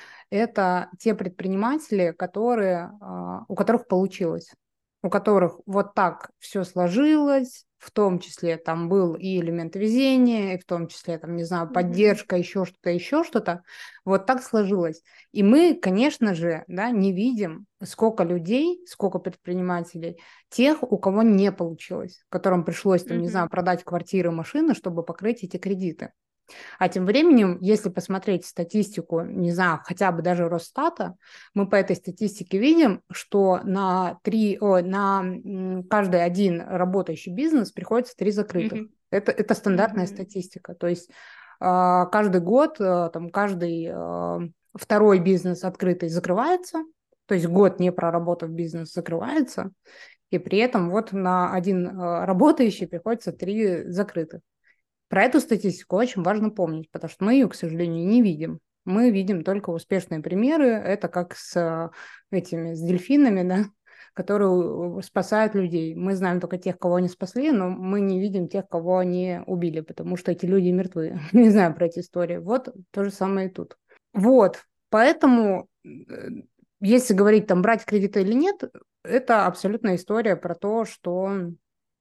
это те предприниматели, которые, а, у которых получилось, у которых вот так все сложилось, в том числе там был и элемент везения, и в том числе, там, не знаю,
Мгм.
поддержка, еще что-то, еще что-то. Вот так сложилось. И мы, конечно же, да, не видим, сколько людей, сколько предпринимателей, тех, у кого не получилось, которым пришлось, там, не знаю,
Мгм.
продать квартиры, машины, чтобы покрыть эти кредиты. А тем временем, если посмотреть статистику, не знаю, хотя бы даже Росстата, мы по этой статистике видим, что на, три, о, на м, каждый один работающий бизнес приходится три закрытых.
Мгм.
Это, это стандартная
Мгм.
статистика. То есть а, каждый год а, там, каждый а, второй бизнес открытый закрывается, то есть год не проработав бизнес закрывается, и при этом вот на один а, работающий приходится три закрытых. Про эту статистику очень важно помнить, потому что мы ее, к сожалению, не видим. Мы видим только успешные примеры. Это как с э, этими, с дельфинами, да, которые э, спасают людей. Мы знаем только тех, кого они спасли, но мы не видим тех, кого они убили, потому что эти люди мертвы. Не знаю про эти истории. Вот то же самое и тут. Вот, поэтому, э, если говорить там, брать кредиты или нет, это абсолютная история про то, что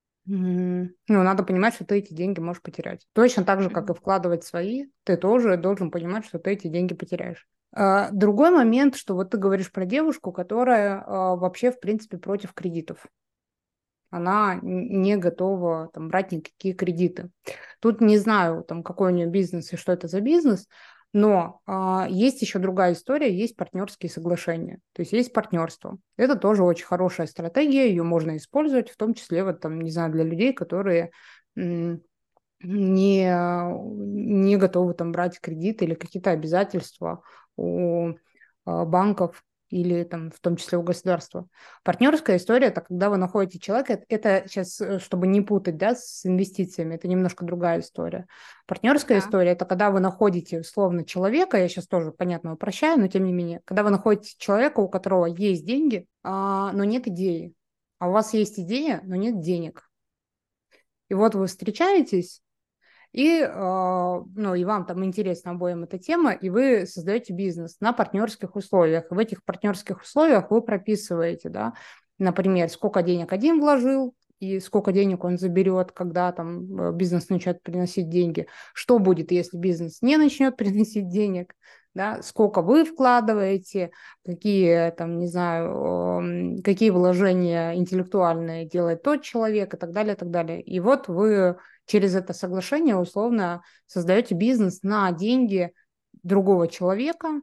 М, ну, надо понимать, что ты эти деньги можешь потерять. Точно так же, как и
Мгм.
вкладывать свои, ты тоже должен понимать, что ты эти деньги потеряешь. А, другой момент, что вот ты говоришь про девушку, которая а, вообще, в принципе, против кредитов. Она н- не готова там брать никакие кредиты. Тут не знаю, там, какой у нее бизнес и что это за бизнес, но а, есть еще другая история, есть партнерские соглашения, то есть есть партнерство. Это тоже очень хорошая стратегия, ее можно использовать, в том числе, вот, там, не знаю, для людей, которые м, не, не готовы там брать кредиты или какие-то обязательства у а, банков или там в том числе у государства. Партнерская история – это когда вы находите человека, это сейчас, чтобы не путать, да, с инвестициями, это немножко другая история. Партнерская
Да.
история – это когда вы находите условно человека, я сейчас тоже, понятно, упрощаю, но тем не менее, когда вы находите человека, у которого есть деньги, а, но нет идеи, а у вас есть идея, но нет денег. И вот вы встречаетесь, и, а, ну, и вам там интересна обоим эта тема, и вы создаете бизнес на партнерских условиях. И в этих партнерских условиях вы прописываете, да, например, сколько денег один вложил, и сколько денег он заберет, когда там э, бизнес начнет приносить деньги. Что будет, если бизнес не начнет приносить денег, да, сколько вы вкладываете, какие там, не знаю, м, какие вложения интеллектуальные делает тот человек и так далее, и так далее. И вот вы через это соглашение условно создаете бизнес на деньги другого человека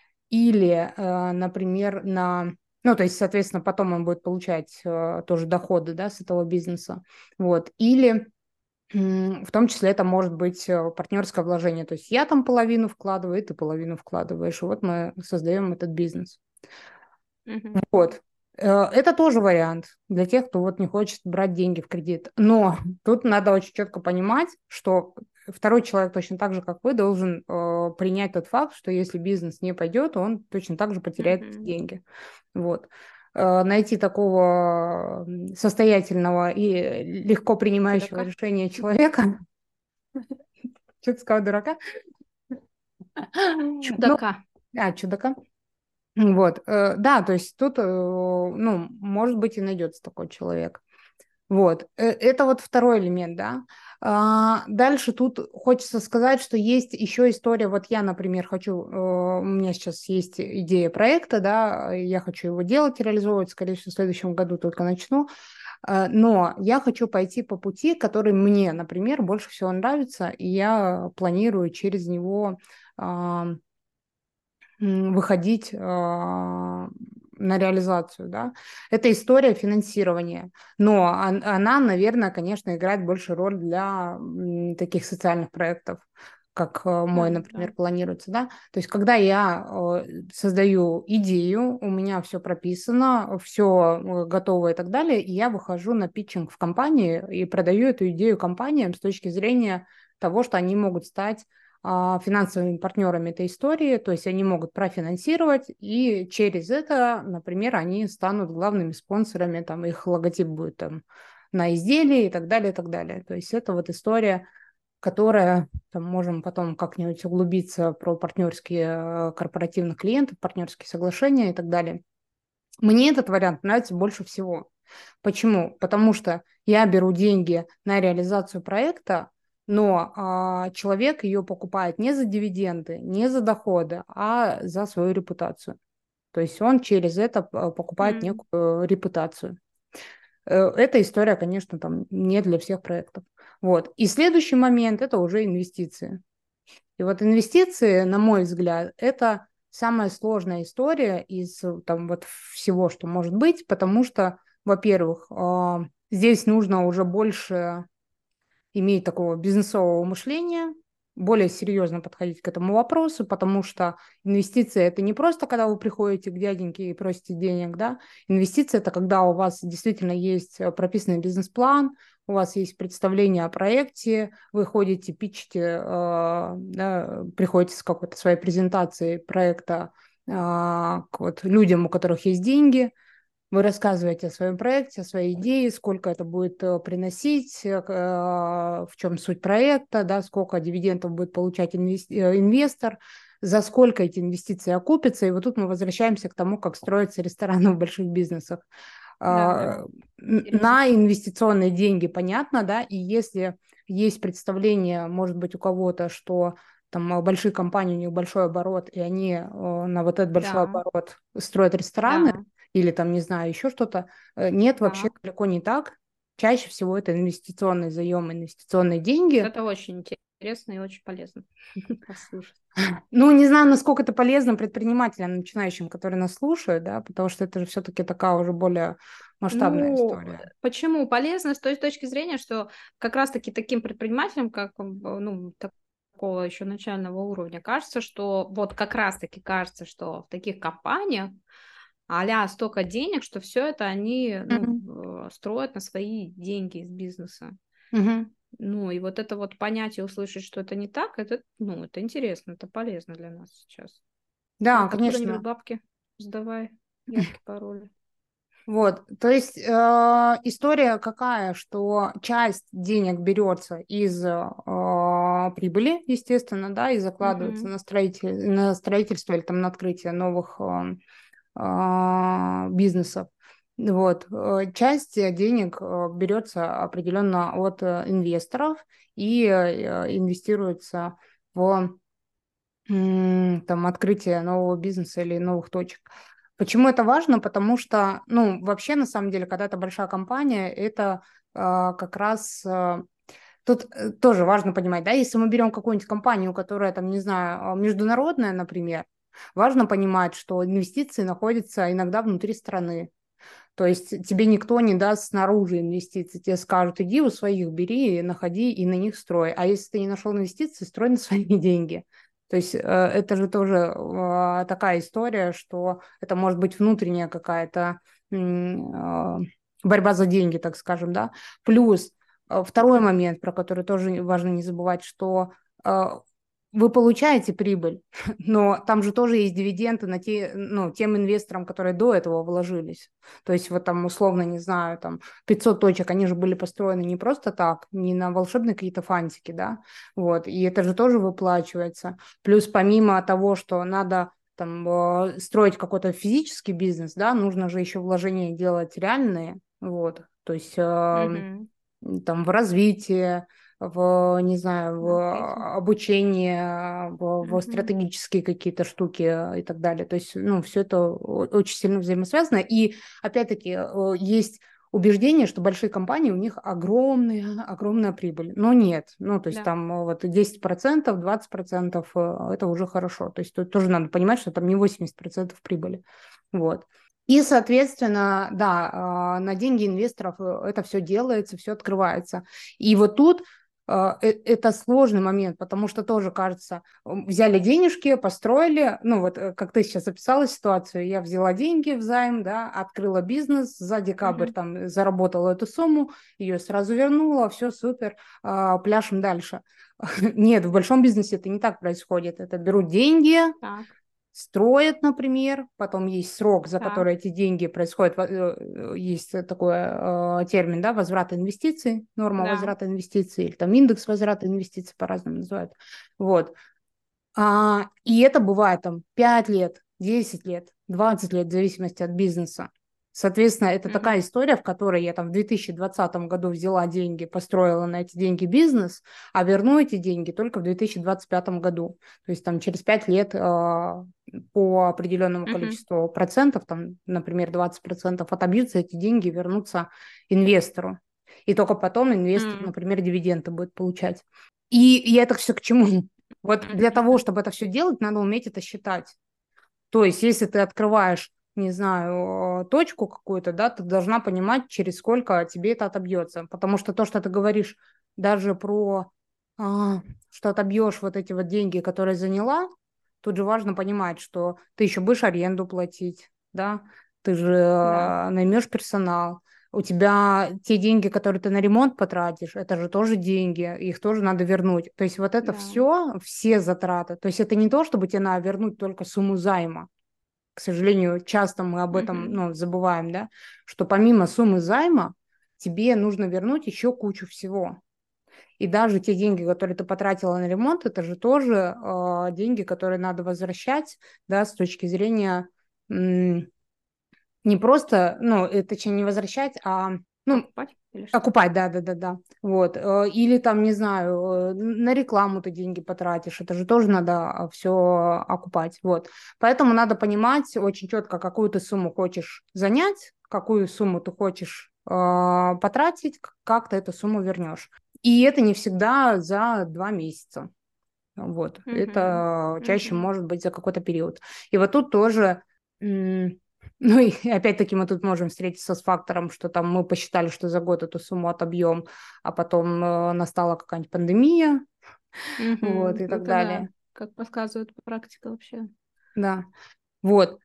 или, э, например, на... Ну, то есть, соответственно, потом он будет получать э, тоже доходы, да, с этого бизнеса. Вот. Или м, в том числе это может быть э, партнерское вложение. То есть я там половину вкладываю, и ты половину вкладываешь. И вот мы создаем этот бизнес.
Мгм.
Вот. Э, Это тоже вариант для тех, кто вот не хочет брать деньги в кредит. Но тут надо очень четко понимать, что второй человек точно так же, как вы, должен э, принять тот факт, что если бизнес не пойдет, он точно так же потеряет эти
Мгм.
деньги. Вот. Э, найти такого м, состоятельного и легко принимающего
Чудака.
решения человека, что ты сказала, дурака? Ну,
Чудака.
а, чудака. Вот, э, да, то есть тут, э, ну, может быть, и найдется такой человек. Вот, э, это вот второй элемент, да. А, дальше тут хочется сказать, что есть еще история, вот я, например, хочу, э, у меня сейчас есть идея проекта, да, я хочу его делать, реализовывать, скорее всего, в следующем году только начну, э, но я хочу пойти по пути, который мне, например, больше всего нравится, и я планирую через него а, м, выходить а, на реализацию, да. Это история финансирования, но он- она, наверное, конечно, играет больше роль для м, таких социальных проектов. как э, мой,
Да, да.
например, планируется, да. То есть, когда я э, создаю идею, у меня все прописано, все готово и так далее, и я выхожу на питчинг в компании и продаю эту идею компаниям с точки зрения того, что они могут стать а, финансовыми партнерами этой истории, то есть они могут профинансировать, и через это, например, они станут главными спонсорами, там их логотип будет там на изделии и так далее, и так далее. То есть это вот история, которая, там, можем потом как-нибудь углубиться про партнерские э, корпоративных клиентов, партнерские соглашения и так далее. Мне этот вариант нравится больше всего. Почему? Потому что я беру деньги на реализацию проекта, но а, человек ее покупает не за дивиденды, не за доходы, а за свою репутацию. То есть он через это п- покупает
М,
некую репутацию. Э, Эта история, конечно, там не для всех проектов. Вот. И следующий момент – это уже инвестиции. И вот инвестиции, на мой взгляд, это самая сложная история из э, там вот всего, что может быть, потому что, во-первых, а, здесь нужно уже больше иметь такого бизнесового мышления, более серьезно подходить к этому вопросу, потому что инвестиции – это не просто, когда вы приходите к дяденьке и просите денег, да. Инвестиции – это когда у вас действительно есть э, прописанный бизнес-план, у вас есть представление о проекте, вы ходите, питчите, э, да, приходите с какой-то своей презентацией проекта э, к вот людям, у которых есть деньги, вы рассказываете о своем проекте, о своей идее, сколько это будет э, приносить, э, к- э, в чем суть проекта, да, сколько дивидендов будет получать инвес- э, инвестор, за сколько эти инвестиции окупятся. И вот тут мы возвращаемся к тому, как строятся рестораны в больших бизнесах.
Да,
А,
да,
н-
интересно.
На инвестиционные деньги понятно, да, и если есть представление, может быть, у кого-то, что там э, большие компании, у них большой оборот, и они э, на вот этот большой
Да,
оборот строят рестораны,
да,
или там, не знаю, еще что-то. Э, Нет, вообще
так.
далеко не так. Чаще всего это инвестиционный заем, инвестиционные
Вот
деньги.
это очень интересно и очень полезно послушать.
Ну, не знаю, насколько это полезно предпринимателям, начинающим, которые нас слушают, да, потому что это же все-таки такая уже более масштабная
Ну,
история.
почему полезно? С той точки зрения, что как раз-таки таким предпринимателям, как, м, ну, такого еще начального уровня, кажется, что вот как раз-таки кажется, что в таких компаниях а столько денег, что все это они, ну,
Мгм.
э, строят на свои деньги из бизнеса.
Мгм.
Ну, и вот это вот понятие услышать, что это не так, это, ну, это интересно, это полезно для нас сейчас.
Да,
Так, откуда они берут
конечно.
бабки? Сдавай явки, пароли.
Вот, то есть э, история какая, что часть денег берется из э, прибыли, естественно, да, и закладывается
Мгм.
на, строитель, на строительство или там на открытие новых э, э, бизнесов. Вот, э, часть денег э, берется определенно от э, инвесторов и э, инвестируется в м, там, открытие нового бизнеса или новых точек. Почему это важно? Потому что, ну, вообще, на самом деле, когда это большая компания, это а, как раз а, тут э, тоже важно понимать, да, если мы берем какую-нибудь компанию, которая, там, не знаю, а, международная, например, важно понимать, что инвестиции находятся иногда внутри страны. То есть тебе никто не даст снаружи инвестиции, тебе скажут, иди у своих бери, находи и на них строй. А если ты не нашел инвестиции, строй на свои деньги. То есть э, это же тоже э, такая история, что это может быть внутренняя какая-то м, э, борьба за деньги, так скажем, да. Плюс э, второй момент, про который тоже важно не забывать, что э, вы получаете прибыль, но там же тоже есть дивиденды на те, ну, тем инвесторам, которые до этого вложились. То есть вот там условно, не знаю, там пятьсот точек, они же были построены не просто так, не на волшебные какие-то фантики, да, вот, и это же тоже выплачивается. Плюс помимо того, что надо там э, строить какой-то физический бизнес, да, нужно же еще вложения делать реальные, вот, то есть э,
Мгм.
там в развитие, в, не знаю,
Маркетинг.
в обучение, в, в
Мгм.
стратегические какие-то штуки и так далее. То есть, ну, все это о- очень сильно взаимосвязано. И, опять-таки, э, есть убеждение, что большие компании, у них огромная, огромная прибыль. Но нет. Ну, то есть
Да.
там э, вот десять процентов, двадцать процентов э, это уже хорошо. То есть тут тоже надо понимать, что там не восемьдесят процентов прибыли. Вот. И, соответственно, да, а, на деньги инвесторов э, это все делается, все открывается. И вот тут э, э, это сложный момент, потому что тоже кажется, м, взяли денежки, построили, ну вот э, как ты сейчас описала ситуацию, я взяла деньги в займ, да, открыла бизнес, за декабрь
Мгм.
там заработала эту сумму, ее сразу вернула, все супер, а, пляшем дальше. Нет, в большом бизнесе это не так происходит. Это берут деньги,
Так,
строят, например, потом есть срок, за
так,
который эти деньги происходят, во- э, э, есть такой э, термин, да, возврат инвестиций, норма
да.
возврата инвестиций, или там индекс возврата инвестиций по-разному называют. Вот. А, и это бывает там пять лет, десять лет, двадцать лет, в зависимости от бизнеса. Соответственно, это такая
Мгм.
история, в которой я там в две тысячи двадцатом году взяла деньги, построила на эти деньги бизнес, а верну эти деньги только в две тысячи двадцать пятом году. То есть там через пять лет а, по определенному
Мгм.
количеству процентов, там, например, двадцать процентов отобьются эти деньги, вернутся инвестору. И только потом инвестор,
М.
например, дивиденды будет получать. И, и это все к чему? Вот для того,
Мгм.
чтобы это все делать, надо уметь это считать. То есть, если ты открываешь, не знаю, э, точку какую-то, да, ты должна понимать, через сколько тебе это отобьется. Потому что то, что ты говоришь даже про, а, что отобьешь вот эти вот деньги, которые заняла, тут же важно понимать, что ты еще будешь аренду платить, да, ты же
Да,
э, наймешь персонал, у тебя те деньги, которые ты на ремонт потратишь, это же тоже деньги, их тоже надо вернуть. То есть вот это
да.
все, все затраты. То есть это не то, чтобы тебе надо вернуть только сумму займа. К сожалению, часто мы об этом,
Мгм.
ну, забываем, да, что помимо суммы займа тебе нужно вернуть еще кучу всего. И даже те деньги, которые ты потратила на ремонт, это же тоже э, деньги, которые надо возвращать, да, с точки зрения м, не просто, ну, э, точнее, не возвращать, а, ну,
Покупать или что?
окупать, да, да, да, да. Вот. Э, Или там, не знаю, э, на рекламу ты деньги потратишь. Это же тоже надо все окупать. Вот. Поэтому надо понимать очень четко, какую ты сумму хочешь занять, какую сумму ты хочешь э, потратить, к- как ты эту сумму вернешь. И это не всегда за два месяца. Вот.
Мгм.
Это чаще
Мгм.
может быть за какой-то период. И вот тут тоже, м, ну и опять-таки мы тут можем встретиться с фактором, что там мы посчитали, что за год эту сумму отобьем, а потом э, настала какая-нибудь пандемия, вот,
Мгм.
и так
Это да,
далее.
как подсказывает практика вообще.
Да, вот.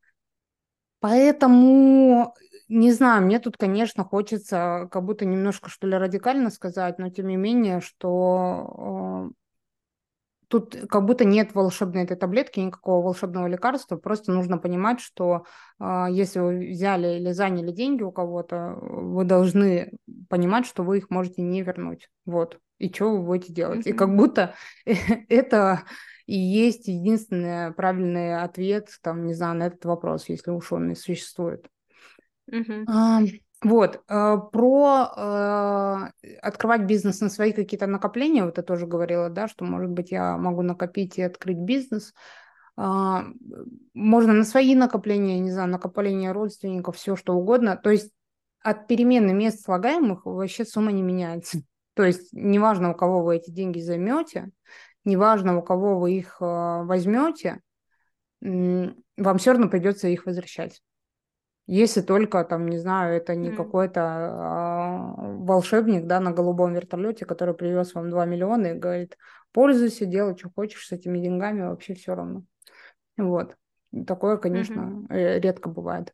Поэтому, не знаю, мне тут, конечно, хочется как будто немножко, что ли, радикально сказать, но тем не менее, что э, тут как будто нет волшебной этой таблетки, никакого волшебного лекарства. Просто нужно понимать, что а, если вы взяли или заняли деньги у кого-то, вы должны понимать, что вы их можете не вернуть. Вот. И что вы будете делать? И как
Мгм.
будто это и есть единственный правильный ответ, там, не знаю, на этот вопрос, если уж он и существует.
Мгм.
А, вот, э, про э, открывать бизнес на свои какие-то накопления, вот я тоже говорила, да, что, может быть, я могу накопить и открыть бизнес. А, Можно на свои накопления, не знаю, накопления родственников, все что угодно. То есть от перемены мест слагаемых вообще сумма не меняется. То есть неважно, у кого вы эти деньги займете, неважно, у кого вы их э, возьмете, м, вам все равно придется их возвращать. Если только, там, не знаю, это не
М.
какой-то а, волшебник, да, на голубом вертолете, который привез вам два миллиона и говорит, пользуйся, делай, что хочешь с этими деньгами, вообще все равно. Вот. Такое,
Мгм.
конечно, э, редко бывает.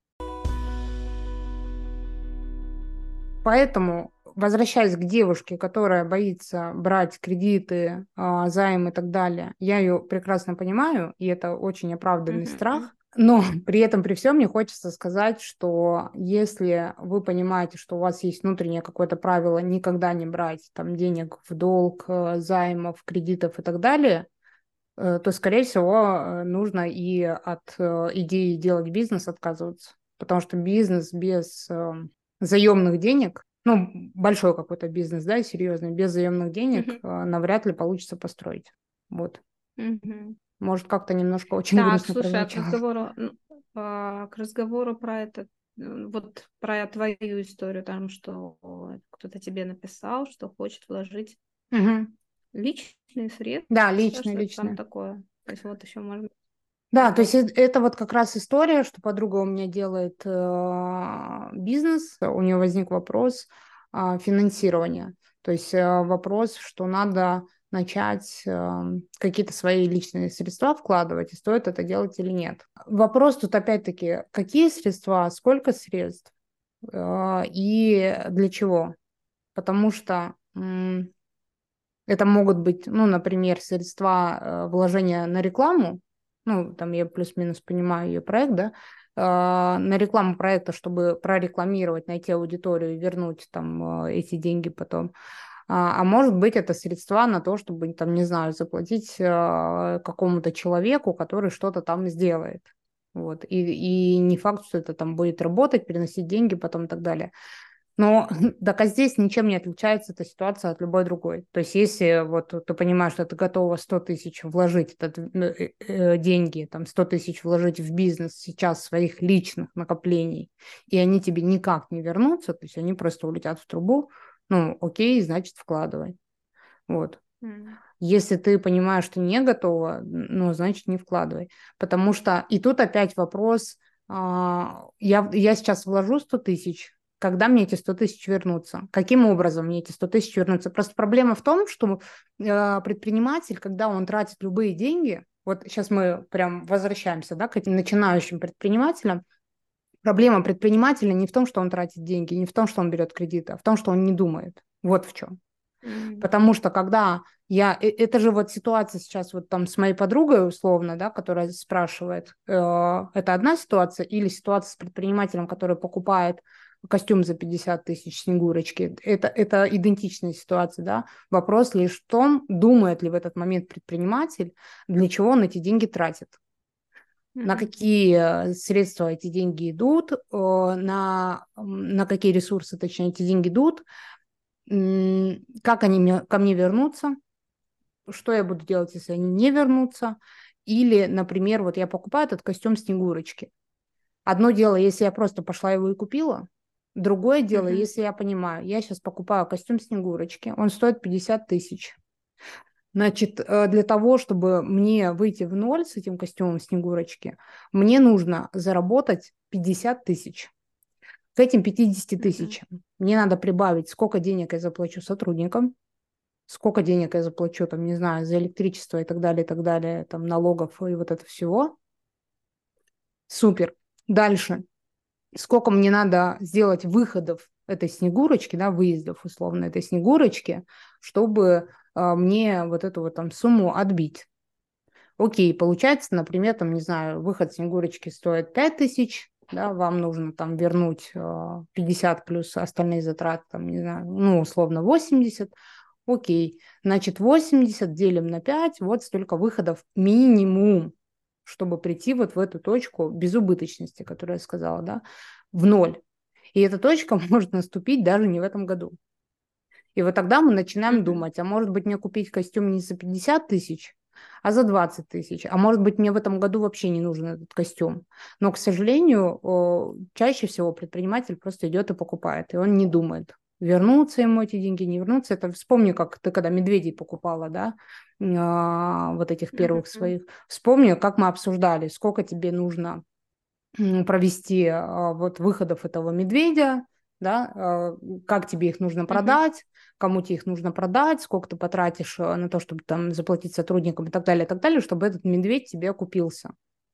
Поэтому, возвращаясь к девушке, которая боится брать кредиты, а, займы и так далее, я ее прекрасно понимаю, и это очень оправданный
Мгм.
страх. Но при этом, при всем, мне хочется сказать, что если вы понимаете, что у вас есть внутреннее какое-то правило никогда не брать там денег в долг, э, займов, кредитов и так далее, э, то, скорее всего, э, нужно и от э, идеи делать бизнес отказываться. Потому что бизнес без э, заемных денег, ну, большой какой-то бизнес, да, серьезный, без заемных денег
Мгм.
э, навряд ли получится построить. Вот.
Мгм.
Может, как-то немножко очень
Так,
грустно
слушай, а к
прозвучало.
разговору, ну, а, к разговору про это, м, вот про твою историю, там, что кто-то тебе написал, что хочет вложить
Мгм.
личные
Да,
средства,
личное,
что-то там
личное.
такое. То есть вот еще можно
Да, то есть
такой.
э- это вот как раз история, что подруга у меня делает э, бизнес, у нее возник вопрос, а, финансирования. То есть а, вопрос, что надо начать а, какие-то свои личные средства вкладывать, и стоит это делать или нет. Вопрос тут опять-таки, какие средства, сколько средств а, и для чего? Потому что м, это могут быть, ну, например, средства э, вложения на рекламу, ну, там я плюс-минус понимаю ее проект, да, э, на рекламу проекта, чтобы прорекламировать, найти аудиторию и вернуть там э, эти деньги потом. А, а может быть, это средства на то, чтобы, там, не знаю, заплатить э, какому-то человеку, который что-то там сделает. Вот. И, и не факт, что это там будет работать, приносить деньги потом и так далее. Но так а здесь ничем не отличается эта ситуация от любой другой. То есть если вот ты понимаешь, что ты готова сто тысяч вложить этот, э, э, деньги, там сто тысяч вложить в бизнес сейчас своих личных накоплений, и они тебе никак не вернутся, то есть они просто улетят в трубу, ну окей, значит вкладывай. Вот.
Мгм.
Если ты понимаешь, что не готова, ну, значит, не вкладывай. Потому что и тут опять вопрос, а, я, я сейчас вложу сто тысяч, когда мне эти сто тысяч вернутся? Каким образом мне эти сто тысяч вернутся? Просто проблема в том, что э, предприниматель, когда он тратит любые деньги, вот сейчас мы прям возвращаемся, да, к этим начинающим предпринимателям, проблема предпринимателя не в том, что он тратит деньги, не в том, что он берет кредиты, а в том, что он не думает. Вот в чем.
Мгм.
Потому что когда я... э, Это же вот ситуация сейчас вот там с моей подругой условно, да, которая спрашивает, э, это одна ситуация, или ситуация с предпринимателем, который покупает костюм за пятьдесят тысяч Снегурочки. Это, это идентичная ситуация, да. Вопрос лишь в том, думает ли в этот момент предприниматель, для чего он эти деньги тратит. На
Мгм.
какие э, средства эти деньги идут, э, на, на какие ресурсы, точнее, эти деньги идут, м, как они мне- ко мне вернутся, что я буду делать, если они не вернутся. Или, например, вот я покупаю этот костюм Снегурочки. Одно дело, если я просто пошла его и купила. Другое дело,
Мгм.
если я понимаю, я сейчас покупаю костюм Снегурочки, он стоит пятьдесят тысяч. Значит, э, для того, чтобы мне выйти в ноль с этим костюмом Снегурочки, мне нужно заработать пятьдесят тысяч. К этим пятидесяти
Мгм.
тысячам мне надо прибавить, сколько денег я заплачу сотрудникам, сколько денег я заплачу, там, не знаю, за электричество и так далее, и так далее, там, налогов и вот это всего. Супер. Дальше. Сколько мне надо сделать выходов этой Снегурочки, да, выездов, условно, этой Снегурочки, чтобы а, мне вот эту вот там сумму отбить. Окей, получается, например, там, не знаю, выход Снегурочки стоит пять тысяч, да, вам нужно там вернуть э, пятьдесят плюс остальные затраты, там, не знаю, ну, условно восемьдесят. Окей, значит, восемьдесят делим на пять, вот столько выходов минимум, чтобы прийти вот в эту точку безубыточности, которую я сказала, да, в ноль. И эта точка может наступить даже не в этом году. И вот тогда мы начинаем
Мгм.
думать, а может быть мне купить костюм не за пятьдесят тысяч, а за двадцать тысяч. А может быть мне в этом году вообще не нужен этот костюм. Но, к сожалению, о, чаще всего предприниматель просто идет и покупает, и он не думает, вернутся ему эти деньги, не вернутся. Это вспомни, как ты когда медведей покупала, да, а, вот этих первых
Мгм.
своих. Вспомни, как мы обсуждали, сколько тебе нужно м, провести а, вот выходов этого медведя, да, а, как тебе их нужно
Мгм.
продать, кому тебе их нужно продать, сколько ты потратишь а, на то, чтобы там заплатить сотрудникам и так далее, и так далее, чтобы этот медведь тебе окупился.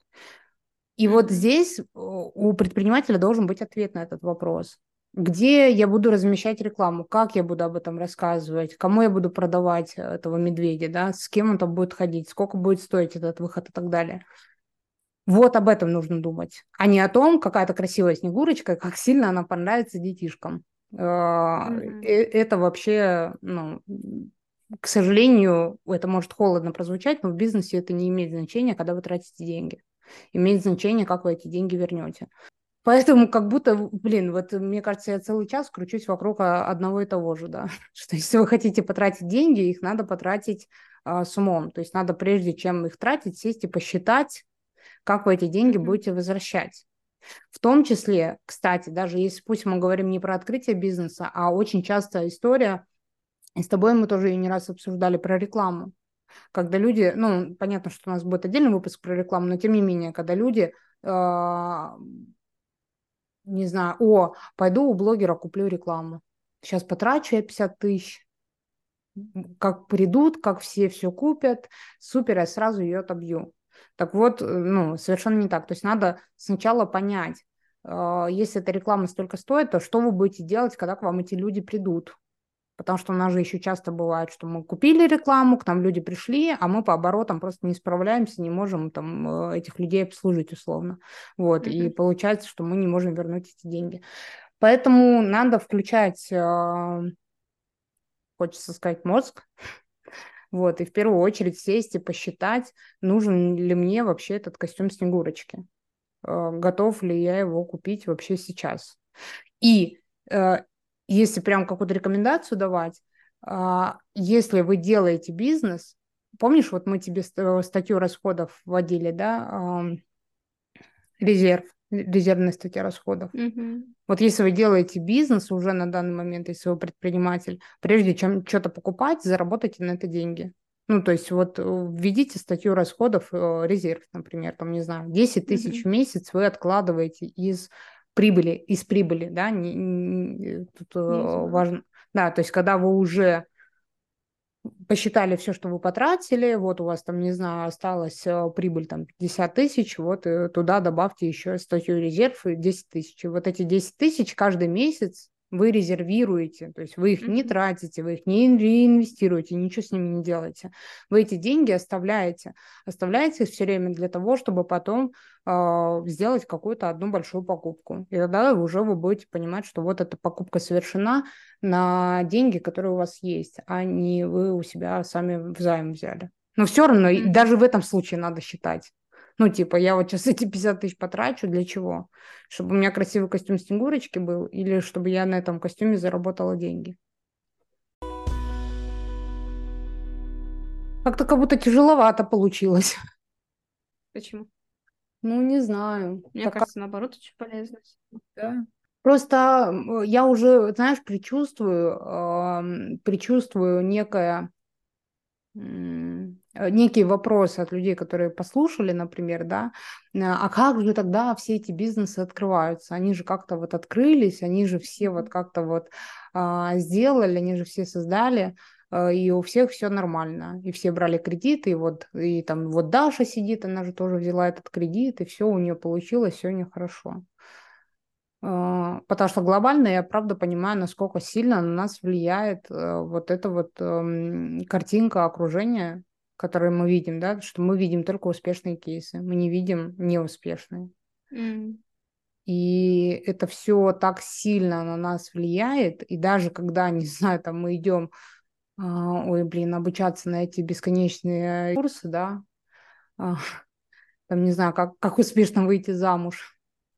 И вот
Мгм.
здесь э, у предпринимателя должен быть ответ на этот вопрос. Где я буду размещать рекламу, как я буду об этом рассказывать, кому я буду продавать э, этого медведя, да, с кем он там будет ходить, сколько будет стоить этот выход и так далее. Вот об этом нужно думать, а не о том, какая-то красивая Снегурочка, как сильно она понравится детишкам. А, э,
Мгм.
Это вообще, ну, к сожалению, это может холодно прозвучать, но в бизнесе это не имеет значения, когда вы тратите деньги. Имеет значение, как вы эти деньги вернете. Поэтому как будто, блин, вот мне кажется, я целый час кручусь вокруг а, одного и того же, да, что если вы хотите потратить деньги, их надо потратить а, с умом. То есть надо прежде чем их тратить, сесть и посчитать, как вы эти деньги
Мгм.
будете возвращать. В том числе, кстати, даже если пусть мы говорим не про открытие бизнеса, а очень часто история, и с тобой мы тоже ее не раз обсуждали про рекламу, когда люди, ну, понятно, что у нас будет отдельный выпуск про рекламу, но тем не менее, когда люди, э, не знаю, о, пойду у блогера куплю рекламу. Сейчас потрачу я пятьдесят тысяч, как придут, как все все купят, супер, я сразу ее отобью. Так вот, э, ну, совершенно не так. То есть надо сначала понять, э, если эта реклама столько стоит, то что вы будете делать, когда к вам эти люди придут? Потому что у нас же еще часто бывает, что мы купили рекламу, к нам люди пришли, а мы по оборотам просто не справляемся, не можем там э, этих людей обслужить условно. Вот, и
Мгм.
получается, что мы не можем вернуть эти деньги. Поэтому надо включать, э, хочется сказать, мозг, вот, и в первую очередь сесть и посчитать, нужен ли мне вообще этот костюм Снегурочки, э, готов ли я его купить вообще сейчас. И э, если прям какую-то рекомендацию давать, а, если вы делаете бизнес, помнишь, вот мы тебе ст- статью расходов вводили, да, ам, резерв, резервная статья расходов.
Мгм.
Вот если вы делаете бизнес уже на данный момент, если вы предприниматель, прежде чем что-то покупать, заработайте на это деньги. Ну, то есть вот э, введите статью расходов, э, резерв, например, там, не знаю, десять тысяч в
Мгм.
месяц вы откладываете из прибыли, из прибыли, да, не- не- тут э,
Не знаю.
важно, да, то есть когда вы уже посчитали все, что вы потратили, вот у вас там, не знаю, осталась э, прибыль там пятьдесят тысяч, вот э, туда добавьте еще статью резерв и десять тысяч. И вот эти десять тысяч каждый месяц вы резервируете, то есть вы их не
Мгм.
тратите, вы их не реинвестируете, ничего с ними не делаете. Вы эти деньги оставляете, оставляете все время для того, чтобы потом э, сделать какую-то одну большую покупку. И тогда уже вы будете понимать, что вот эта покупка совершена, на деньги, которые у вас есть, а не вы у себя сами взаим взяли. Но все равно, и
Мгм.
даже в этом случае надо считать. Ну, типа, я вот сейчас эти пятьдесят тысяч потрачу, для чего? Чтобы у меня красивый костюм Снегурочки был, или чтобы я на этом костюме заработала деньги? Как-то как будто тяжеловато получилось.
Почему?
Ну, не знаю.
Мне
Такая,
кажется, наоборот, очень полезно.
да. Просто м, я уже, знаешь, предчувствую, ам, предчувствую некое м, э, некие вопросы от людей, которые послушали, например, да, э, а как же тогда все эти бизнесы открываются? Они же как-то вот открылись, они же все вот
Мгм.
как-то вот а, сделали, они же все создали, э, и у всех все нормально, и все брали кредиты, и вот, и там вот Даша сидит, она же тоже взяла этот кредит, и все у нее получилось, все у нее хорошо. А, Потому что глобально я правда понимаю, насколько сильно на нас влияет э, вот эта вот эм, картинка окружения, которую мы видим, да, что мы видим только успешные кейсы, мы не видим неуспешные.
М.
И это все так сильно на нас влияет, и даже когда, не знаю, там мы идем, а, ой, блин, обучаться на эти бесконечные курсы, да, а, там, не знаю, как, как успешно выйти замуж.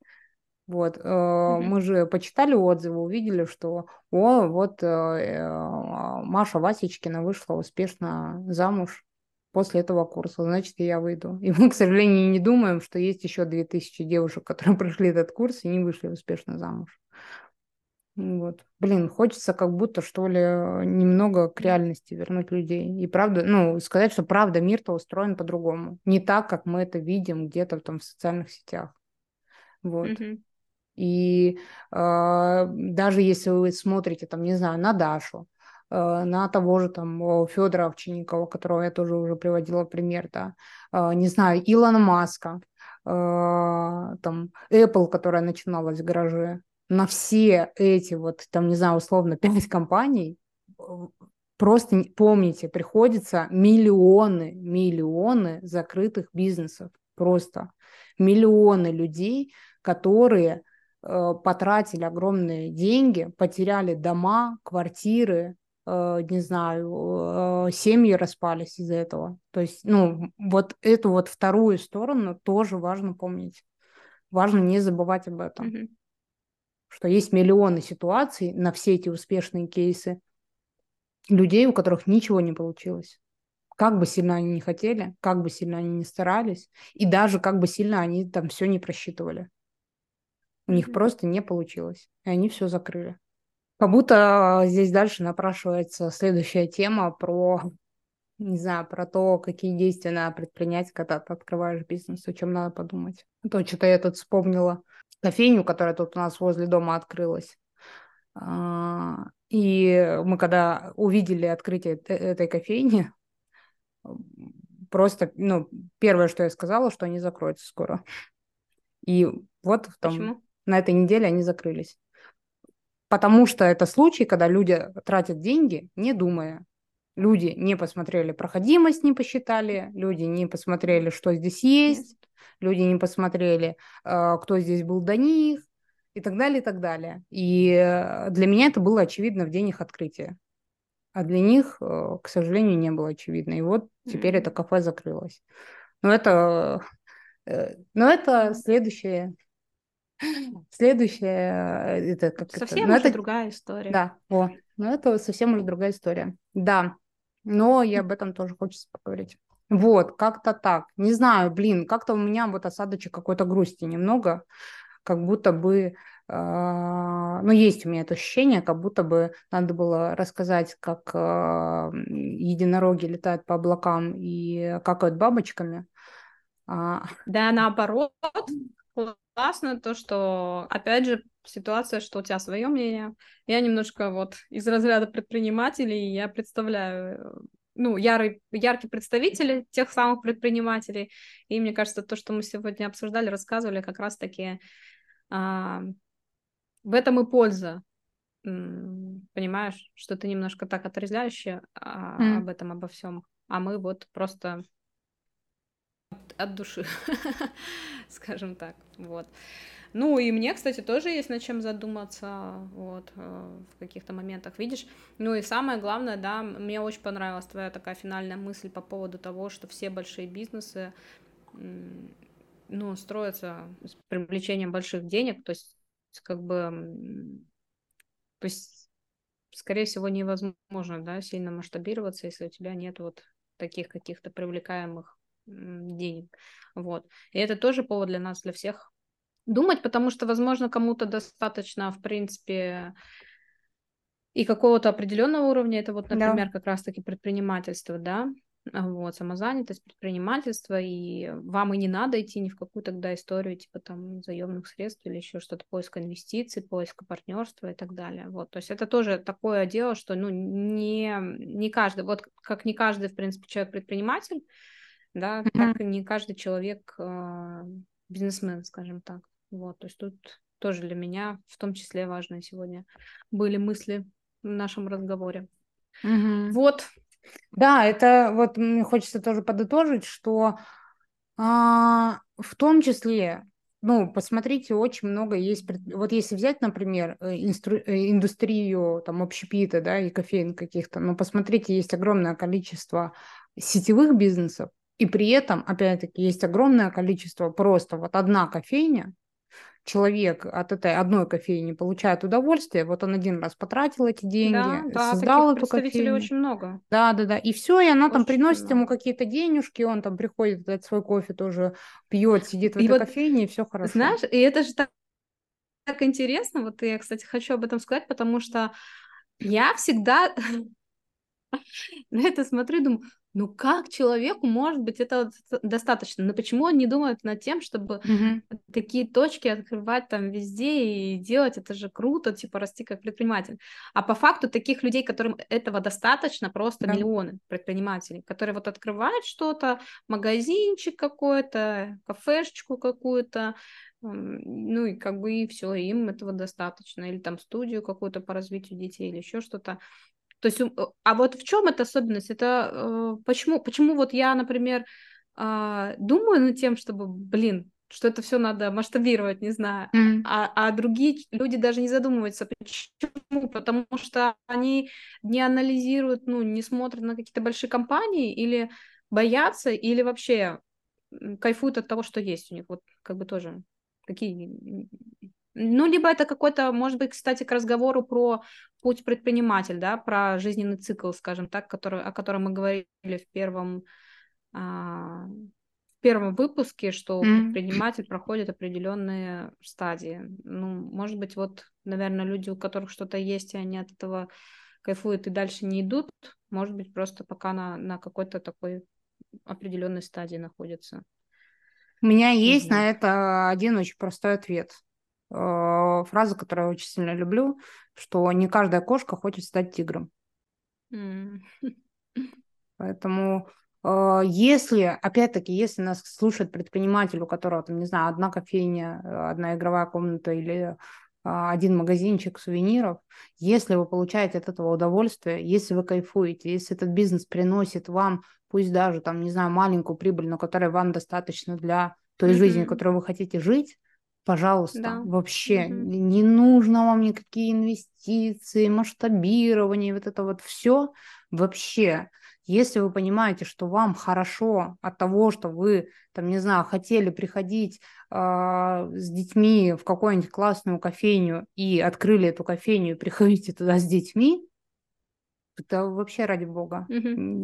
Вот, э,
Мгм.
мы же почитали отзывы, увидели, что, о, вот э, э, Маша Васечкина вышла успешно замуж после этого курса, значит, и я выйду. И мы, к сожалению, не думаем, что есть еще две тысячи девушек, которые прошли этот курс и не вышли успешно замуж. Вот. Блин, хочется как будто, что ли, немного к реальности вернуть людей. И правда, ну, сказать, что правда мир-то устроен по-другому. Не так, как мы это видим где-то там в социальных сетях. Вот.
Мгм.
И э, даже если вы смотрите, там, не знаю, на Дашу, э, на того же там о, Федора Овчинникова, которого я тоже уже приводила пример, да, э, не знаю, Илона Маска, э, там, Apple, которая начиналась в гараже, на все эти вот, там, не знаю, условно, пять компаний, э, просто не- помните, приходится миллионы, миллионы закрытых бизнесов, просто миллионы людей, которые э, потратили огромные деньги, потеряли дома, квартиры, э, не знаю, э, семьи распались из-за этого. То есть, ну, вот эту вот вторую сторону тоже важно помнить. Важно не забывать об этом,
Мгм.
что есть миллионы ситуаций на все эти успешные кейсы людей, у которых ничего не получилось. Как бы сильно они не хотели, как бы сильно они не старались, и даже как бы сильно они там все не просчитывали. У них
Мгм.
просто не получилось, и они все закрыли. Как будто а, здесь дальше напрашивается следующая тема про, не знаю, про то, какие действия надо предпринять, когда ты открываешь бизнес, о чем надо подумать. То, что-то я тут вспомнила кофейню, которая тут у нас возле дома открылась. А, И мы когда увидели открытие э- этой кофейни, просто, ну, первое, что я сказала, что они закроются скоро. И вот там
Почему?
на этой неделе они закрылись. Потому что это случай, когда люди тратят деньги, не думая. Люди не посмотрели проходимость, не посчитали, люди не посмотрели, что здесь
Нет.
есть, люди не посмотрели, э, кто здесь был до них, и так далее, и так далее. И э, для меня это было очевидно в день их открытия. А для них, э, к сожалению, не было очевидно. И вот теперь это
М.
кафе закрылось. Но это, э, но это
Ну,
следующее, следующее, э, это как это,
совсем
но
уже
это,
другая история.
да, о, но это совсем уже другая история. Да, но и об этом тоже хочется поговорить. Вот, как-то так. Не знаю, блин, как-то у меня вот осадочек какой-то грусти немного, как будто бы, а, ну, есть у меня это ощущение, как будто бы надо было рассказать, как а, единороги летают по облакам и какают бабочками. А,
Да, наоборот, классно то, что, опять же, ситуация, что у тебя свое мнение. Я немножко вот из разряда предпринимателей, я представляю, э, ну, ярый, яркий представитель тех самых предпринимателей. И мне кажется, то, что мы сегодня обсуждали, рассказывали, как раз-таки а, в этом и польза. М, Понимаешь, что ты немножко так отрезвляюще а,
м,
об этом, обо всем. А мы вот просто от души, скажем так, вот. Ну, и мне, кстати, тоже есть над чем задуматься, вот, э, в каких-то моментах, видишь. Ну, и самое главное, да, мне очень понравилась твоя такая финальная мысль по поводу того, что все большие бизнесы, м, ну, строятся с привлечением больших денег, то есть, как бы, м, то есть, скорее всего, невозможно, да, сильно масштабироваться, если у тебя нет вот таких каких-то привлекаемых м, денег, вот. И это тоже повод для нас, для всех думать, потому что, возможно, кому-то достаточно, в принципе, и какого-то определенного уровня, это вот,
да.
например, как раз-таки предпринимательство, да, а, вот, самозанятость, предпринимательство, и вам и не надо идти ни в какую тогда историю, типа там заемных средств или еще что-то, поиска инвестиций, поиска партнерства и так далее, вот, то есть это тоже такое дело, что, ну, не, не каждый, вот как не каждый, в принципе, человек-предприниматель, да,
Мгм.
так и не каждый человек э, бизнесмен, скажем так, вот, то есть тут тоже для меня в том числе важные сегодня были мысли в нашем разговоре.
Мгм.
Вот.
Да, это вот мне хочется тоже подытожить, что а, в том числе, ну, посмотрите, очень много есть, пред- вот если взять, например, э, инстру- э, индустрию там общепита, да, и кофеин каких-то, ну, посмотрите, есть огромное количество сетевых бизнесов, и при этом, опять-таки, есть огромное количество просто вот одна кофейня, человек от этой одной кофейни получает удовольствие, вот он один раз потратил эти
Да,
деньги,
да,
создал
таких
эту
представителей
кофейню,
очень много.
да, да, да. И все, и она там
Очень
приносит ему
много.
какие-то денежки, он там приходит, этот свой кофе тоже пьет, сидит в
И
этой
вот,
кофейне, и все хорошо.
знаешь, и это же так, так интересно, вот я, кстати, хочу об этом сказать, потому что я всегда на это смотрю и думаю, ну как человеку может быть это д- достаточно? Но почему он не думает над тем, чтобы
Мгм.
такие точки открывать там везде и делать? Это же круто, типа расти как предприниматель. А по факту таких людей, которым этого достаточно, просто
Да.
миллионы предпринимателей, которые вот открывают что-то, магазинчик какой-то, кафешечку какую-то, м, ну и как бы и все, им этого достаточно. Или там студию какую-то по развитию детей или еще что-то. То есть, у- а вот в чем эта особенность? Это э, почему, почему вот я, например, а, думаю над тем, чтобы, блин, что это все надо масштабировать, не знаю,
Мгм.
а, а другие ч- люди даже не задумываются. Почему? Потому что они не анализируют, ну, не смотрят на какие-то большие компании или боятся, или вообще м, кайфуют от того, что есть у них. Вот как бы тоже какие... Ну, либо это какой-то, может быть, кстати, к разговору про путь предприниматель, да, про жизненный цикл, скажем так, который, о котором мы говорили в первом, а, в первом выпуске, что
Мгм.
предприниматель проходит определенные стадии. Ну, может быть, вот, наверное, люди, у которых что-то есть, и они от этого кайфуют и дальше не идут, может быть, просто пока на, на какой-то такой определенной стадии находятся.
У меня есть на
Вот.
это один очень простой ответ. э, фраза, которую я очень сильно люблю, что не каждая кошка хочет стать тигром.
М.
Поэтому э, если, опять-таки, если нас слушает предприниматель, у которого, там, не знаю, одна кофейня, э, одна игровая комната или а, один магазинчик сувениров, если вы получаете от этого удовольствие, если вы кайфуете, если этот бизнес приносит вам, пусть даже, там, не знаю, маленькую прибыль, но которая вам достаточно для той жизни,
Мгм.
которой вы хотите жить, пожалуйста,
Да.
вообще
Мгм.
не не нужно вам никакие инвестиции, масштабирование, вот это вот все вообще. Если вы понимаете, что вам хорошо от того, что вы, там, не знаю, хотели приходить а, с детьми в какую-нибудь классную кофейню и открыли эту кофейню и приходите туда с детьми, это вообще ради бога.
Мгм.
М.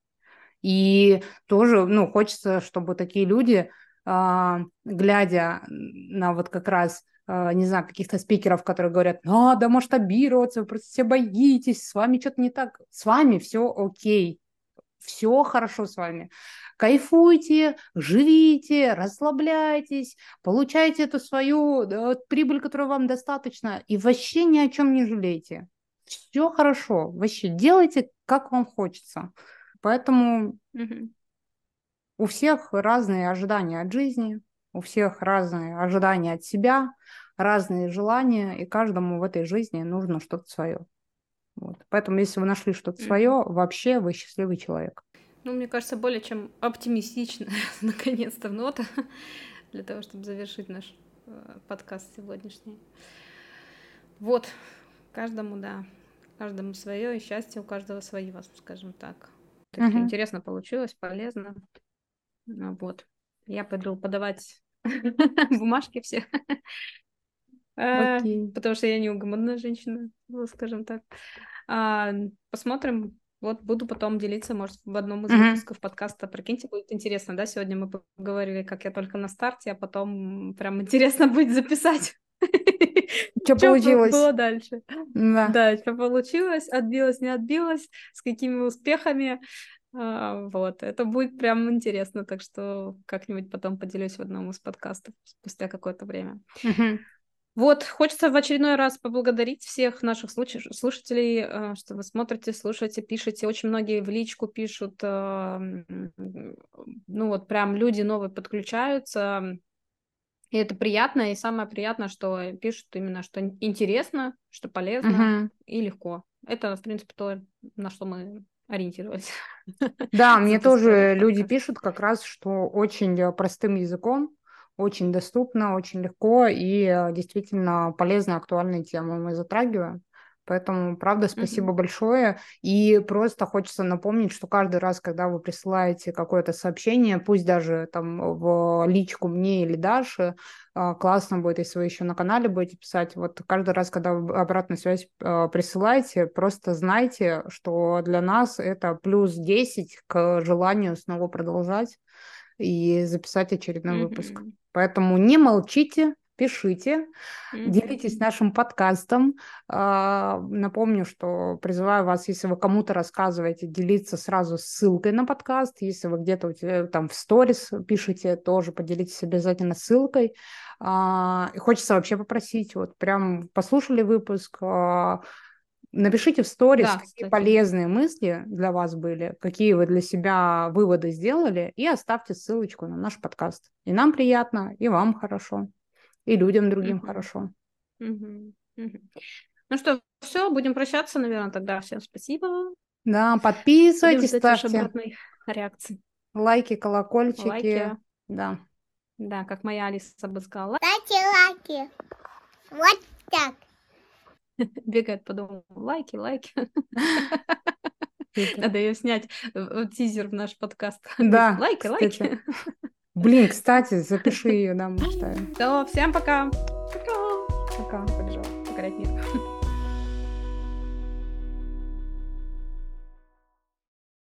И тоже, ну, хочется, чтобы такие люди, а, глядя на вот как раз, а, не знаю, каких-то спикеров, которые говорят, надо масштабироваться, вы просто все боитесь, с вами что-то не так. С вами все окей, все хорошо с вами. Кайфуйте, живите, расслабляйтесь, получайте эту свою да, прибыль, которую вам достаточно, и вообще ни о чем не жалейте. Все хорошо, вообще делайте, как вам хочется. Поэтому
Мгм.
у всех разные ожидания от жизни, у всех разные ожидания от себя, разные желания, и каждому в этой жизни нужно что-то свое. Вот. Поэтому, если вы нашли что-то свое,
Мгм.
вообще вы счастливый человек.
Ну, мне кажется, более чем оптимистично, наконец-то, нота для того, чтобы завершить наш э, подкаст сегодняшний. Вот, каждому, да, каждому свое, и счастье у каждого свое, скажем так. Так
Мгм.
интересно получилось, полезно. Ну, вот, я пойду подавать бумажки все, э,
Окей.
потому что я неугомонная женщина, ну, скажем так. А, Посмотрим. Вот буду потом делиться, может, в одном из
Мгм.
выпусков подкаста. Прикиньте, будет интересно, да? Сегодня мы поговорили, как я только на старте, а потом прям интересно будет записать,
Что
что
получилось?
было дальше.
Да.
Да, что получилось, отбилось, не отбилось, с какими успехами. А, Вот, это будет прям интересно, так что как-нибудь потом поделюсь в одном из подкастов спустя какое-то время.
Мгм.
Вот, хочется в очередной раз поблагодарить всех наших слуш- слушателей, э, что вы смотрите, слушаете, пишете. Очень многие в личку пишут, э, м, ну вот прям люди новые подключаются, и это приятно. И самое приятное, что пишут именно, что интересно, что полезно
Мгм.
и легко. Это, в принципе, то, на что мы ориентировались,
Да, мне
записывая
тоже
этот
люди
подкаст.
пишут как раз, что очень э, простым языком, очень доступно, очень легко и э, действительно полезные, актуальные темы мы затрагиваем. Поэтому, правда, спасибо
Мгм.
большое. И просто хочется напомнить, что каждый раз, когда вы присылаете какое-то сообщение, пусть даже там в личку мне или Даше, а, классно будет, если вы еще на канале будете писать. Вот каждый раз, когда вы обратную связь а, присылаете, просто знайте, что для нас это плюс десять к желанию снова продолжать и записать очередной выпуск.
Мгм.
Поэтому не молчите, пишите, делитесь
Мгм.
нашим подкастом. А, Напомню, что призываю вас, если вы кому-то рассказываете, делиться сразу ссылкой на подкаст. Если вы где-то у тебя там в сторис пишете, тоже поделитесь обязательно ссылкой. А, И хочется вообще попросить, вот прям послушали выпуск, а, напишите в сторис,
Да,
какие
кстати.
полезные мысли для вас были, какие вы для себя выводы сделали, и оставьте ссылочку на наш подкаст. И нам приятно, и вам хорошо, и людям другим
Мгм.
хорошо.
Мгм. Мгм. Ну что, все, будем прощаться, наверное, тогда. Всем спасибо.
Да,
Будем
подписывайтесь,
ждать вашей
ставьте
обратной реакции.
лайки, колокольчики.
Лайки.
Да.
Да, как моя Алиса бы сказала,
Ставьте лайки. Вот так.
бегает по дому. Лайки, лайки.
Супер.
Надо ее снять, э, тизер в наш подкаст. Алис,
Да,
лайки,
кстати.
лайки.
Блин, кстати, запиши ее, да, мы вставим.
Все, всем пока. Пока.
Пока.
Побежала покорять мир.